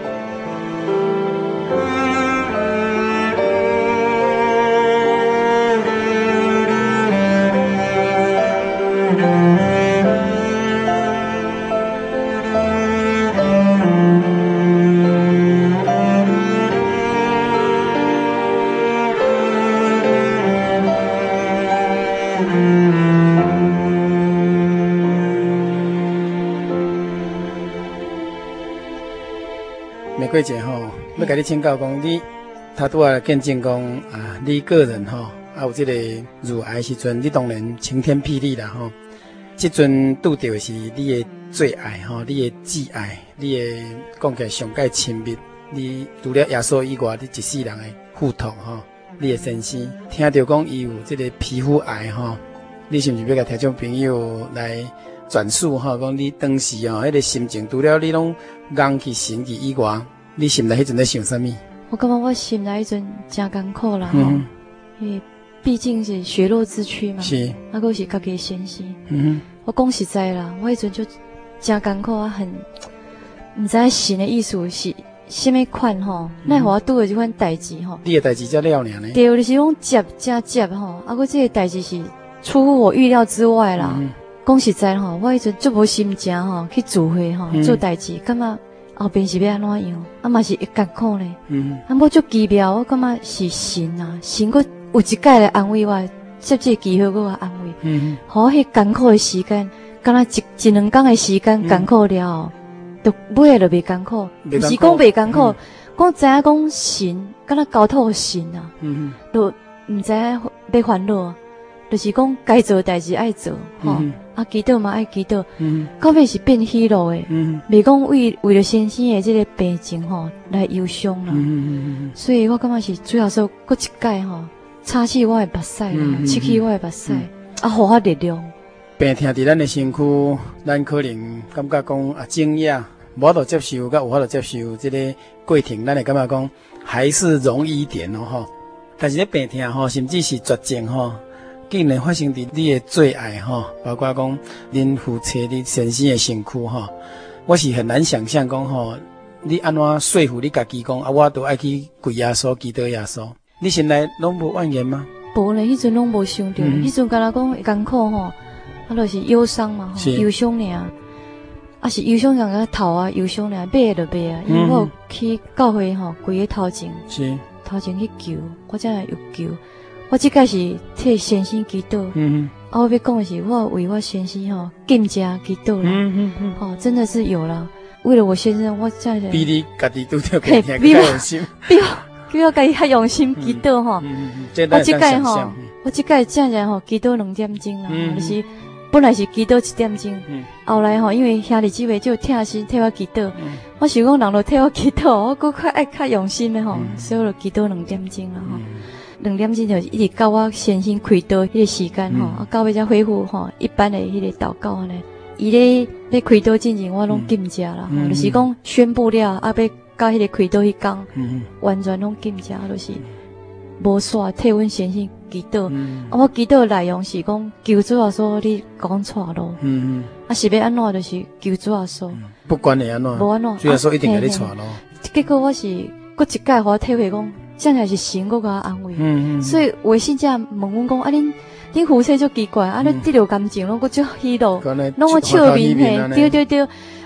过节吼，要甲你请教讲，你他拄啊见证讲啊，你个人吼啊有这个乳癌时阵，你当然晴天霹雳啦吼。即阵拄到是你的最爱吼，你的挚爱，你的讲起来上界亲密，你除了耶稣以外，你一世人的付托吼，你的先生听到讲伊有这个皮肤癌吼，你是毋是要甲听众朋友来转述吼，讲你当时吼迄个心情，除了你拢硬去神去以外。你心内迄阵在想啥物？ 我感觉我心内迄阵真艰苦啦吼，因为毕竟是血肉之躯嘛，是，啊，佫是家己先生。我讲实在啦，我迄阵就真艰苦啊，很毋知神的意思是什么款吼，奈何我拄着这款代志吼。你的代志才了呢？ 对，就是讲接吼，啊，佫这个代志是出乎我预料之外啦。讲实在吼，我迄阵足无心情吼去聚会吼做代志，感觉。后边是要安怎样？啊嘛是会艰苦咧。啊，我足奇妙，我感觉是神啊，神佫有一届来安慰我，接这个机会佫来安慰。好，迄艰苦的时间，敢若一两天的时间艰苦了，都尾就袂艰苦，毋是讲袂艰苦，讲知影讲神，敢若交托神啊，都毋知影要烦恼，就是讲该做代志爱做，吼。啊，祈祷嘛爱祈祷，到尾是变喜乐的，袂讲为了先生的这个病情吼来忧伤啦。所以我感觉是主要说，搁一届吼，擦去我的目屎啦，拭去我的目屎，啊，互我力量。 病痛伫咱的身躯，咱可能感觉讲啊，惊讶，无法度接受，甲有法度接受这个过程，咱会感觉讲还是容易一点哦吼。但是咧病痛吼，甚至是绝症吼。竟然发生伫你的最爱吼，包括讲恁夫妻、你先生的身躯吼，我是很难想象讲吼，你安怎说服你家己讲啊，我都爱去跪耶稣、祈祷耶稣，你心内拢无怨言吗？ 无咧，迄阵拢无想到，迄阵敢若讲艰苦吼，啊，就是忧伤嘛，忧伤尔，啊是忧伤人个头啊，忧伤尔，买就买啊，因为我有去教会吼，跪喺头前，是头前去求，我真系有求。我即个是替先生祈祷，啊，我要讲的是，我为我先生吼敬食祈祷啦，哦，真的是有啦。为了我先生，我真的比你家己拄着更用心， 比我家己较用心祈祷吼。我即个吼，我即个正正吼祈祷2点钟啦，就是本来是祈祷1点钟，后来吼因为兄弟姊妹就疼心替我祈祷，我想讲人就替我祈祷，我搁较用心的吼，所以就祈祷2点钟啦吼。2点钟就一直到我先生开刀迄个时间吼，啊到尾才恢复吼一般的迄个祷告安尼。伊咧要开刀之前，我拢禁食啦，就是讲宣布了啊，要到迄个开刀迄天，完全拢禁食，就是无煞替阮先生祈祷。啊，我祈祷内容是讲求主耶稣你讲错路，啊是要安怎就是求主耶稣， 不管你安怎， 无安怎， 主耶稣一定给你错路。 结果我是搁一届互我体会讲。这样才是神搁甲我安慰，所以微信这样问阮讲啊，恁夫妻就奇怪啊，恁第六感情拢搁足喜乐，拢我笑面嘿，对，啊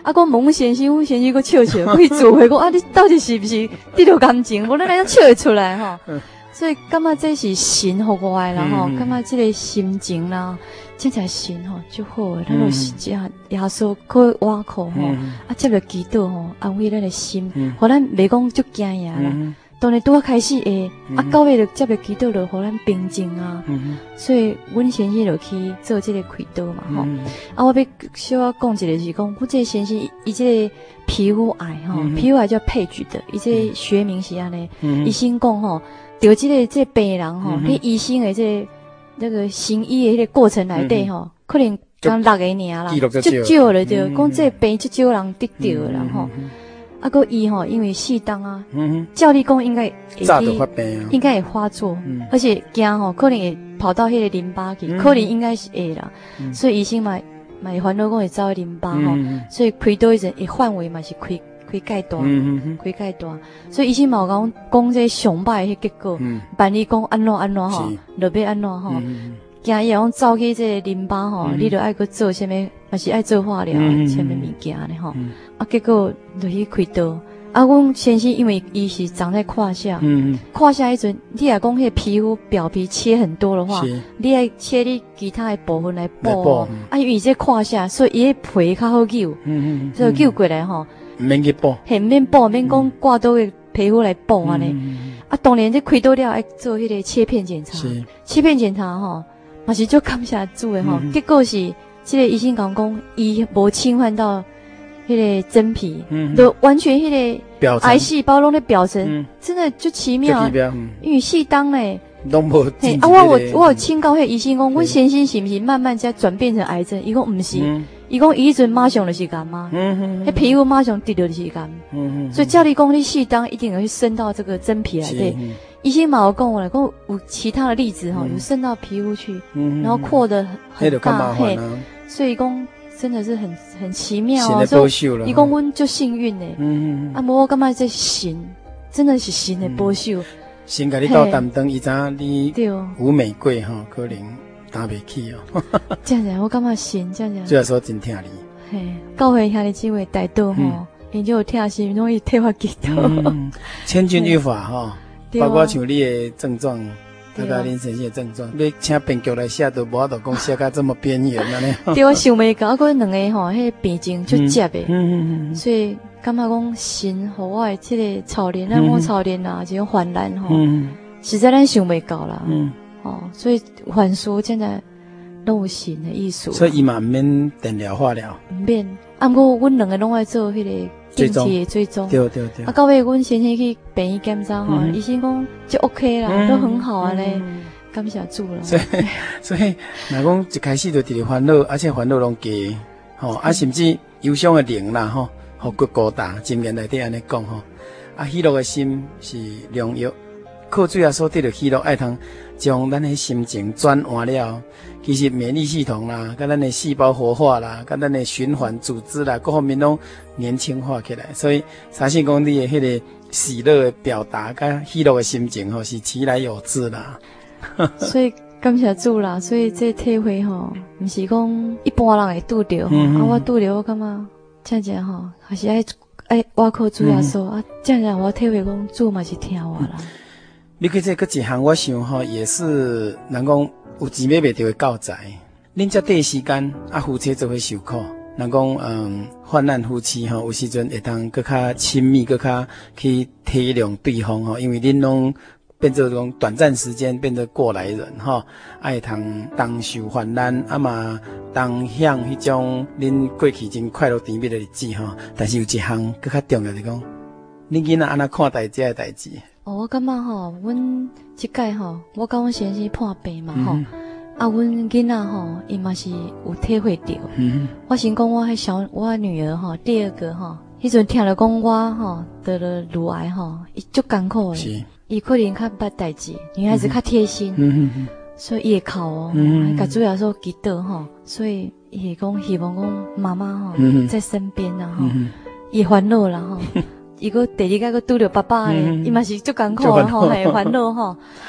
啊，讲问先生，阮先生个笑笑，可以做回讲啊，你到底是不是得到感情？无咱来笑会出来吼。所以感觉这是神互我的啦吼，感觉这个心情啦，真正神吼就好诶，咱就是只耶稣去挖苦吼，啊接着祈祷吼，安慰咱的心，互咱袂讲足惊呀啦。当然拄啊开始诶，啊到尾就接着祈祷就互咱平静啊。所以阮先生就去做这个开刀嘛吼。啊，我要小可讲一个是讲，阮这个先生伊这个皮肤癌吼，皮肤癌叫配举的，伊这个学名是安尼，医生讲吼。得这个病人吼，迄医生的那个行医的迄个过程内底吼，可能刚6个尔啦，就少了就讲这病就少人得到啦吼。啊，个伊吼，因为适当啊，照理讲应该早就发病啊， 应该会发作，而且惊吼可能会跑到迄个淋巴去，可能应该是会啦。所以医生嘛会烦恼讲会走淋巴吼，所以开刀时会范围嘛是开介大，开介大，所以医生嘛有讲这上歹迄结果，万一讲安怎吼，就要安怎吼，惊伊讲走去这淋巴吼，你就爱去做啥物，嘛是爱做化疗，啥物物件呢吼，啊结果就去开刀，啊阮先生因为伊是长在胯下，胯下迄阵，你若讲迄皮肤表皮切很多的话，你爱切你其他的部分来补，啊因为这胯下，所以伊皮较好救，所以救过来吼。 免去补， 免补，免讲挂刀的皮肤来补安尼。啊，当然这开刀了爱做迄个切片检查，切片检查吼，嘛是就感谢主的吼。结果是这个医生讲，伊无侵犯到迄个真皮，就完全迄个癌细胞拢在表层，真的就奇妙。因为细当嘞， 拢无。 啊，我有请教迄医生讲，阮先生是不是慢慢才转变成癌症？伊讲毋是。伊讲伊迄阵马上就是癌嘛，迄皮肤马上得到就是癌，所以照理讲你适当一定会渗到这个真皮来对。医生嘛有讲我来讲有其他的例子吼，有渗到皮肤去，然后扩得很大，嘿，所以讲真的是很奇妙啊。所以伊讲阮就幸运嘞，啊，无我感觉这神真的是神的保守。 神甲你斗担当，伊知你有玫瑰吼，可能。打袂起哦， 这样子我感觉心这样子， 主要说真疼你。 嘿，教会遐哩几位带到吼，因就有疼心，容易替我祈祷。 千钧一发吼，包括像你的症状，大概恁先生的症状，要请编剧来写都无法度讲写到这么边缘安尼。 对，我想袂到，我两个吼，迄病情就接的，所以感觉讲心和我的这个操练，咱讲操练啊，这种患难吼，实在咱想袂到啦。哦，所以凡事真的都有神的意思。 所以伊嘛毋免电疗化疗， 毋免。啊，不过阮两个拢爱做迄个定期的追踪。 对。 啊，到尾阮先生去病院检查吼，医生讲就 OK 啦，都很好啊嘞，感谢主了。 所以，若讲一开始就直直烦恼，而且烦恼拢加，吼啊，甚至忧伤的灵啦，吼，互骨高大，箴言内底安尼讲吼，啊，喜乐的心是良药。靠主耶稣得到喜乐，爱通将咱的心情转换了。其实免疫系统啦，跟咱的细胞活化啦，跟咱的循环组织啦，各方面拢年轻化起来。所以，相信讲你的迄个喜乐的表达，跟喜乐的心情吼，是其来有自啦。 所以感谢主啦，所以这体会吼，不是讲一般人会拄着吼，啊，我拄着我感觉真正吼，还是爱我靠主耶稣啊，真正我体会讲主嘛是听我啦。 你看这个一项，我想吼也是人讲有钱买袂到的教材。恁这短时间啊，夫妻做伙受苦，人讲患难夫妻吼，有时阵会当更较亲密，更较去体谅对方吼，因为恁拢变做讲短暂时间变得过来人吼，会通同受患难，啊嘛同享迄种恁过去真快乐甜蜜的日子吼。但是有一项更较重要是讲，恁囡仔安怎看待这个代志？ 我感觉吼，阮即届吼，我甲阮先生破病嘛吼，啊，阮囡仔吼，伊嘛是有体会到。我先讲我我女儿吼，第二个吼，迄阵听了讲我吼得了乳癌吼，伊足艰苦诶，伊可能较捌代志，女孩子较贴心，所以伊会哭哦，甲主要说祈祷吼，所以伊会讲希望讲妈妈吼在身边啦吼，伊烦恼啦吼。伊个第二个个拄着爸爸诶，伊嘛是足艰苦吼，系烦恼吼。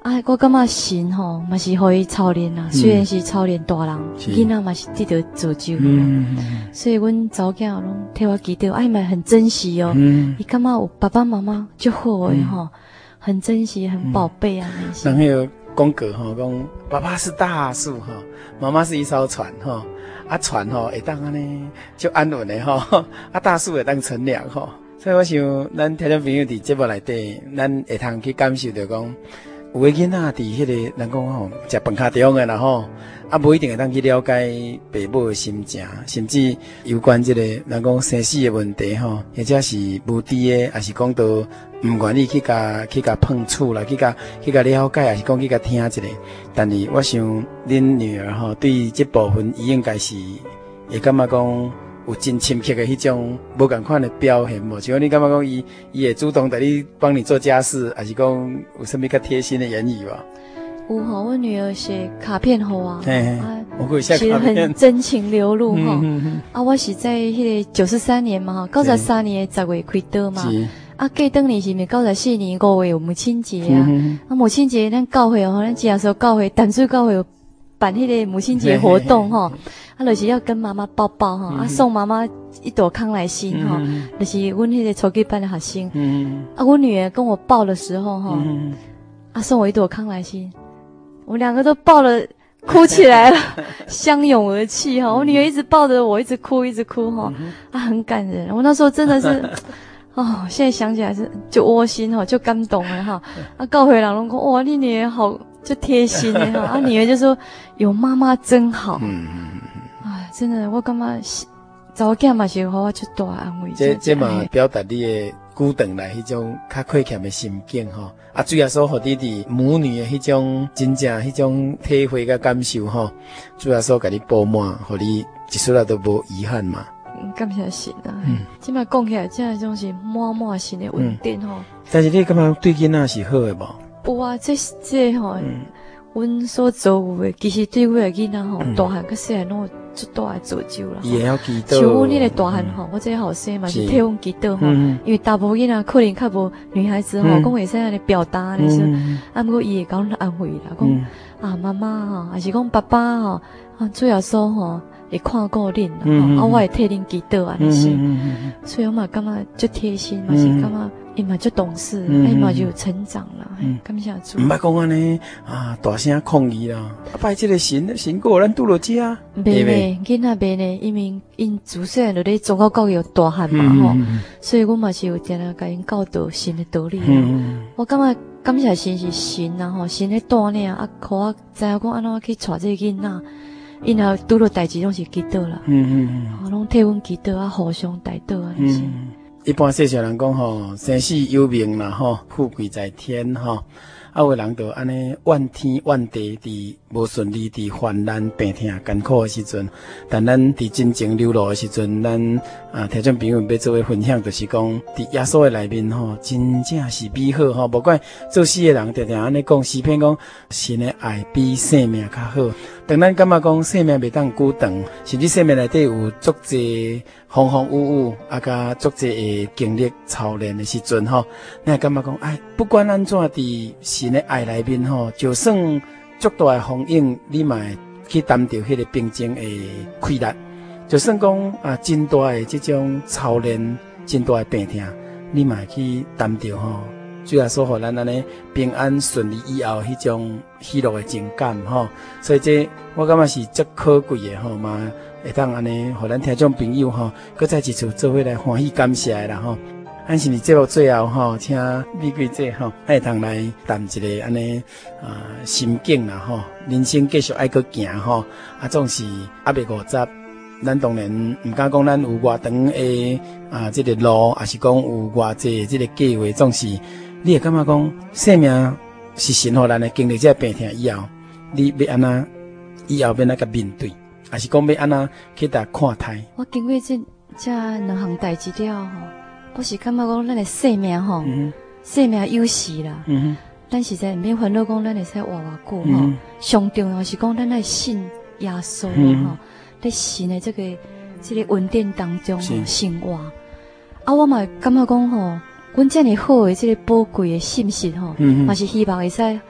我感觉神吼嘛是互伊操练啦，虽然是操练大人，囡仔嘛是得到造就啦。所以阮查某囝拢替我祈祷，嘛很珍惜哦。伊感觉有爸爸妈妈就好诶吼，很珍惜，很宝贝啊那些。 然后有讲过吼，讲爸爸是大树哈，妈妈是一艘船哈，船吼会当安尼就安稳的吼，大树会当乘凉吼。所以我想，咱听众朋友伫节目内底，咱会通去感受到讲。有个囡仔伫迄个，人讲吼，食饭卡中的啦吼，无一定会当去了解爸母的心情，甚至有关这个人讲生死的问题吼，或者是无知的，还是讲到唔愿意去甲碰触啦，去甲了解，还是讲去甲听一下。但是我想，恁女儿吼，对这部分伊应该是会感觉讲。有真深刻的迄种无共款的表现无？像你感觉讲伊会主动在你帮你做家事，还是讲有什么较贴心的言语吧？ 有吼，我女儿写卡片给我， 我可以写卡片， 很真情流露哈。我是在迄个93年嘛哈，93年10月开刀嘛。过当年是咪94年5月有母亲节啊？母亲节咱教会吼，咱只要说教会淡水教会有办迄个母亲节活动吼。就是要跟妈妈抱抱哈，送妈妈一朵康乃馨哈，就是阮迄个初级班的学生。我女儿跟我抱的时候哈，送我一朵康乃馨，我们两个都抱了，哭起来了，相拥而泣哈。我女儿一直抱着我，一直哭哈，很感人。我那时候真的是，现在想起来是就窝心哈，就感动了哈。教会人拢讲哇，你女儿好就贴心的哈。女儿就说有妈妈真好。真的，我感觉查某囝嘛是互我出大安慰。 这嘛表达你的久长来迄种较亏欠的心境吼。主要说互你伫母女的迄种真正迄种体会甲感受吼，主要说甲你饱满，互你一丝仔都无遗憾嘛。 感谢神啊！即摆讲起来，真种是满心的稳定吼。 但是你感觉对囡仔是好的无？ 有啊，这吼，阮所做有的，其实对我的囡仔吼，大汉甲细汉拢。最大的造就啦， 也要祈祷。 像阮迄个大汉吼，我这个后生嘛是替阮祈祷吼，因为大部分囡仔可能较无女孩子吼，讲会使安尼表达的时候，不过伊会甲阮安慰啦，讲妈妈吼，还是讲爸爸吼，主要说吼会看顾恁啦，我会替恁祈祷安尼是，所以我嘛感觉足贴心，嘛是感觉伊嘛足懂事，伊嘛就有成长啦，感谢主。 唔捌讲安尼大声抗议啦，拜这个神果咱拄落遮。 袂呢，囡仔袂呢，因自细就咧宗教教育大汉嘛吼，所以阮嘛是有定定甲因教导神的道理啦。我感觉感谢神是神啦吼，神咧带领互我知影讲安怎去带这个囡仔，因若拄着代志拢是祈祷啦，拢替阮祈祷互相带祷安尼是。 一般世上人讲吼，生死有命啦吼，富贵在天吼。有的人就安尼怨天怨地伫无顺利伫患难病痛艰苦的时阵，但咱伫真情流露的时阵，咱听众朋友要做伙分享，就是讲伫耶稣的内面吼，真正是美好吼。无管做事的人常常安尼讲，诗篇讲神的爱比生命较好。当咱感觉讲生命袂当久长，甚至生命内底有足侪风风雨雨，甲足侪会经历操练的时阵吼，咱感觉讲不管安怎伫神的爱内面吼，就算足大的风影，你嘛会去担着迄个平静的快乐。就算讲真大的这种操练，真大的病痛，你嘛会去担着吼。主要说互咱安尼平安顺利以后，迄种喜乐的情感吼，所以这我感觉是足可贵的吼嘛，会当安尼互咱听众朋友吼，搁再一次做伙来欢喜感谢的啦吼。咱是节目最后吼，请美贵姐吼，会当来谈一个安尼心境啦吼，人生继续爱搁行吼，总是未50。咱当然唔敢讲咱有偌长的这个路，还是讲有偌济这个计划，总是你会感觉讲生命是神互咱的经历这病痛以后，你要安那以后要哪个面对，还是讲要安那去甲看待？ 我经过这两项代志了吼，我是感觉讲咱的生命吼，生命有时啦，咱实在唔免烦恼讲咱会使活久吼，上重要是讲咱爱信耶稣吼。在神的这个稳定当中生活，我嘛感觉讲吼，阮这么好的这个宝贵的信息吼，嘛是希望会使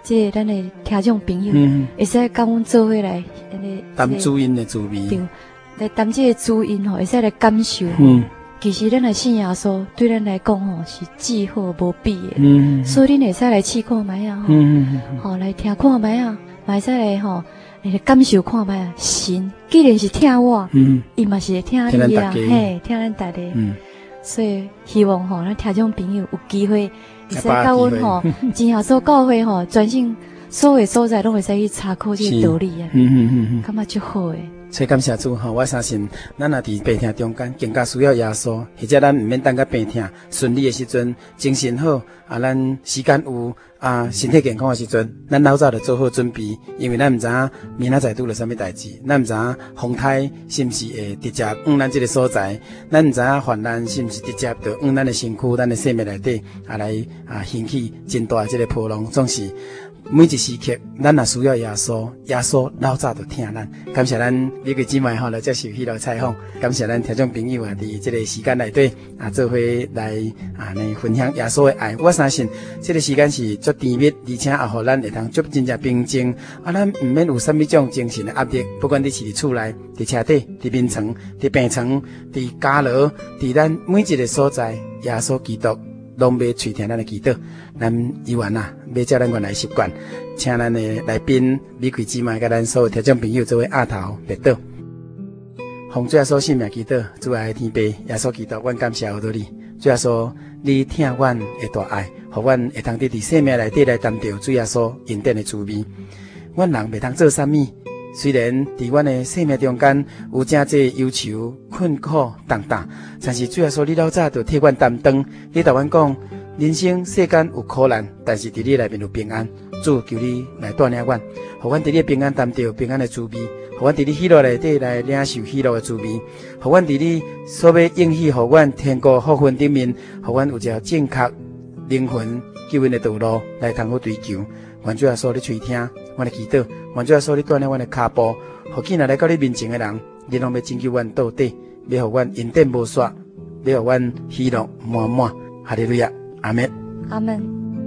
即咱的听众朋友，会使跟阮做伙来， 谈主因的滋味， 对，来谈这个主因吼，会使来感受。其实咱来信耶稣，对咱来讲吼是至好无比的。所以恁会使来试看卖啊吼，来听看卖啊，会使来吼，来感受看卖啊。神既然是听我，伊嘛是会听你啊，嘿，听咱大家。所以希望吼，咱听众朋友有机会会使甲阮吼，真耶稣教会吼，专心所有所在拢会使去查考这个道理啊。感觉足好诶。 所以感谢主吼，我相信咱若伫病痛中间更加需要耶稣，或者咱毋免等到病痛顺利的时阵，精神好啊，咱时间有啊，身体健康的时阵，咱老早就做好准备，因为咱毋知影明仔载拄了啥物代志，咱毋知影风台是毋是会直接咱这个所在，咱毋知影患难是毋是直接就咱的身躯、咱的生命内底啊来啊掀起真大的这个波浪，总是。每一时刻，咱也需要耶稣，耶稣老早就听咱。感谢咱美国姊妹吼来接受迄个采访，感谢咱听众朋友啊，伫这个时间内底啊，做伙来啊来分享耶稣的爱。我相信这个时间是足甜蜜，而且也互咱会通足真正平静啊，咱毋免有啥物种精神的压力，不管你是伫厝内、伫车底、伫眠床、伫病床、伫家牢、伫咱每一个所在，耶稣基督。拢要垂听咱的祈祷，咱依然啊，要照咱原来习惯，请咱的来宾美贵姊妹甲咱所有听众朋友做为压头拜祷，奉主耶稣性命祈祷，主爱的天父耶稣基督，阮感谢好多你，主耶稣，你听阮的大爱，互阮会通伫生命内底来担着主耶稣恩典的滋味。阮人袂通做啥物，虽然伫阮的生命中间有真济忧愁、困苦、重担，但是主耶稣，你老早就替阮担当。你甲阮讲，人生世间有苦难，但是伫你内面有平安。主求你来带领阮，互阮伫你平安担着平安的滋味，互阮伫你喜乐内底来领受喜乐的滋味，互阮伫你所要应许互阮天国福分顶面，互阮有一条正确灵魂救恩的道路来通好追求。愿主耶稣你垂听阮的祈祷，愿主耶稣你带领阮的脚步，互今日来到你面前的人，你拢要拯救阮到底，要互阮恩典无煞，要互阮喜乐满满。哈利路亚，阿门， 阿门。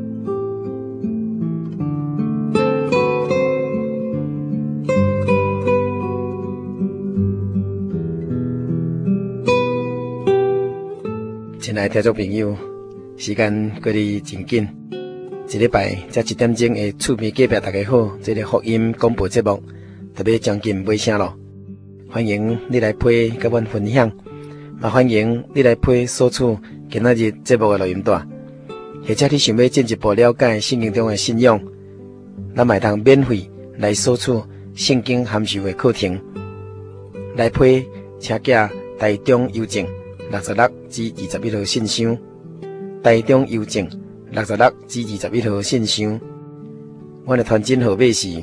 亲爱的听众朋友，时间过得真紧，一礼拜才1点钟的厝边隔壁大家好，这个福音广播节目特别将近尾声咯。欢迎你来陪甲阮分享，也欢迎你来陪索取今仔日节目的录音带，或者你想要进一步了解圣经中的信仰，咱会通免费来索取圣经函授的课程，来陪请寄台中邮政66至21号信箱，台中邮政66至21号信箱。阮的传真号码是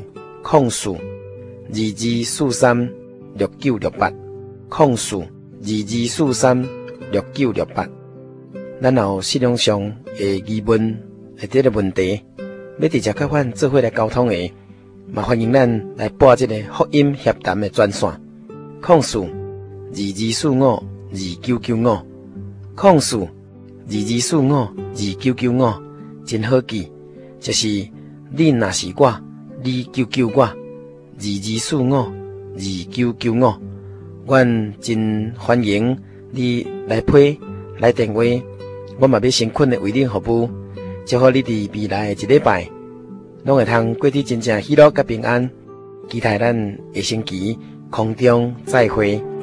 0422436968，0422436968。咱有信仰上的疑问或者个问题，要直接甲阮做伙来沟通的，嘛欢迎咱来拨这个福音协谈的专线，0422452995，0422452995，真好记，就是你若是我，你救救我，22452995，阮真欢迎你来配来电话，我嘛要诚恳的为你服务，祝福你伫未来的一礼拜，拢会通过得真正喜乐甲平安，期待咱下星期空中再会。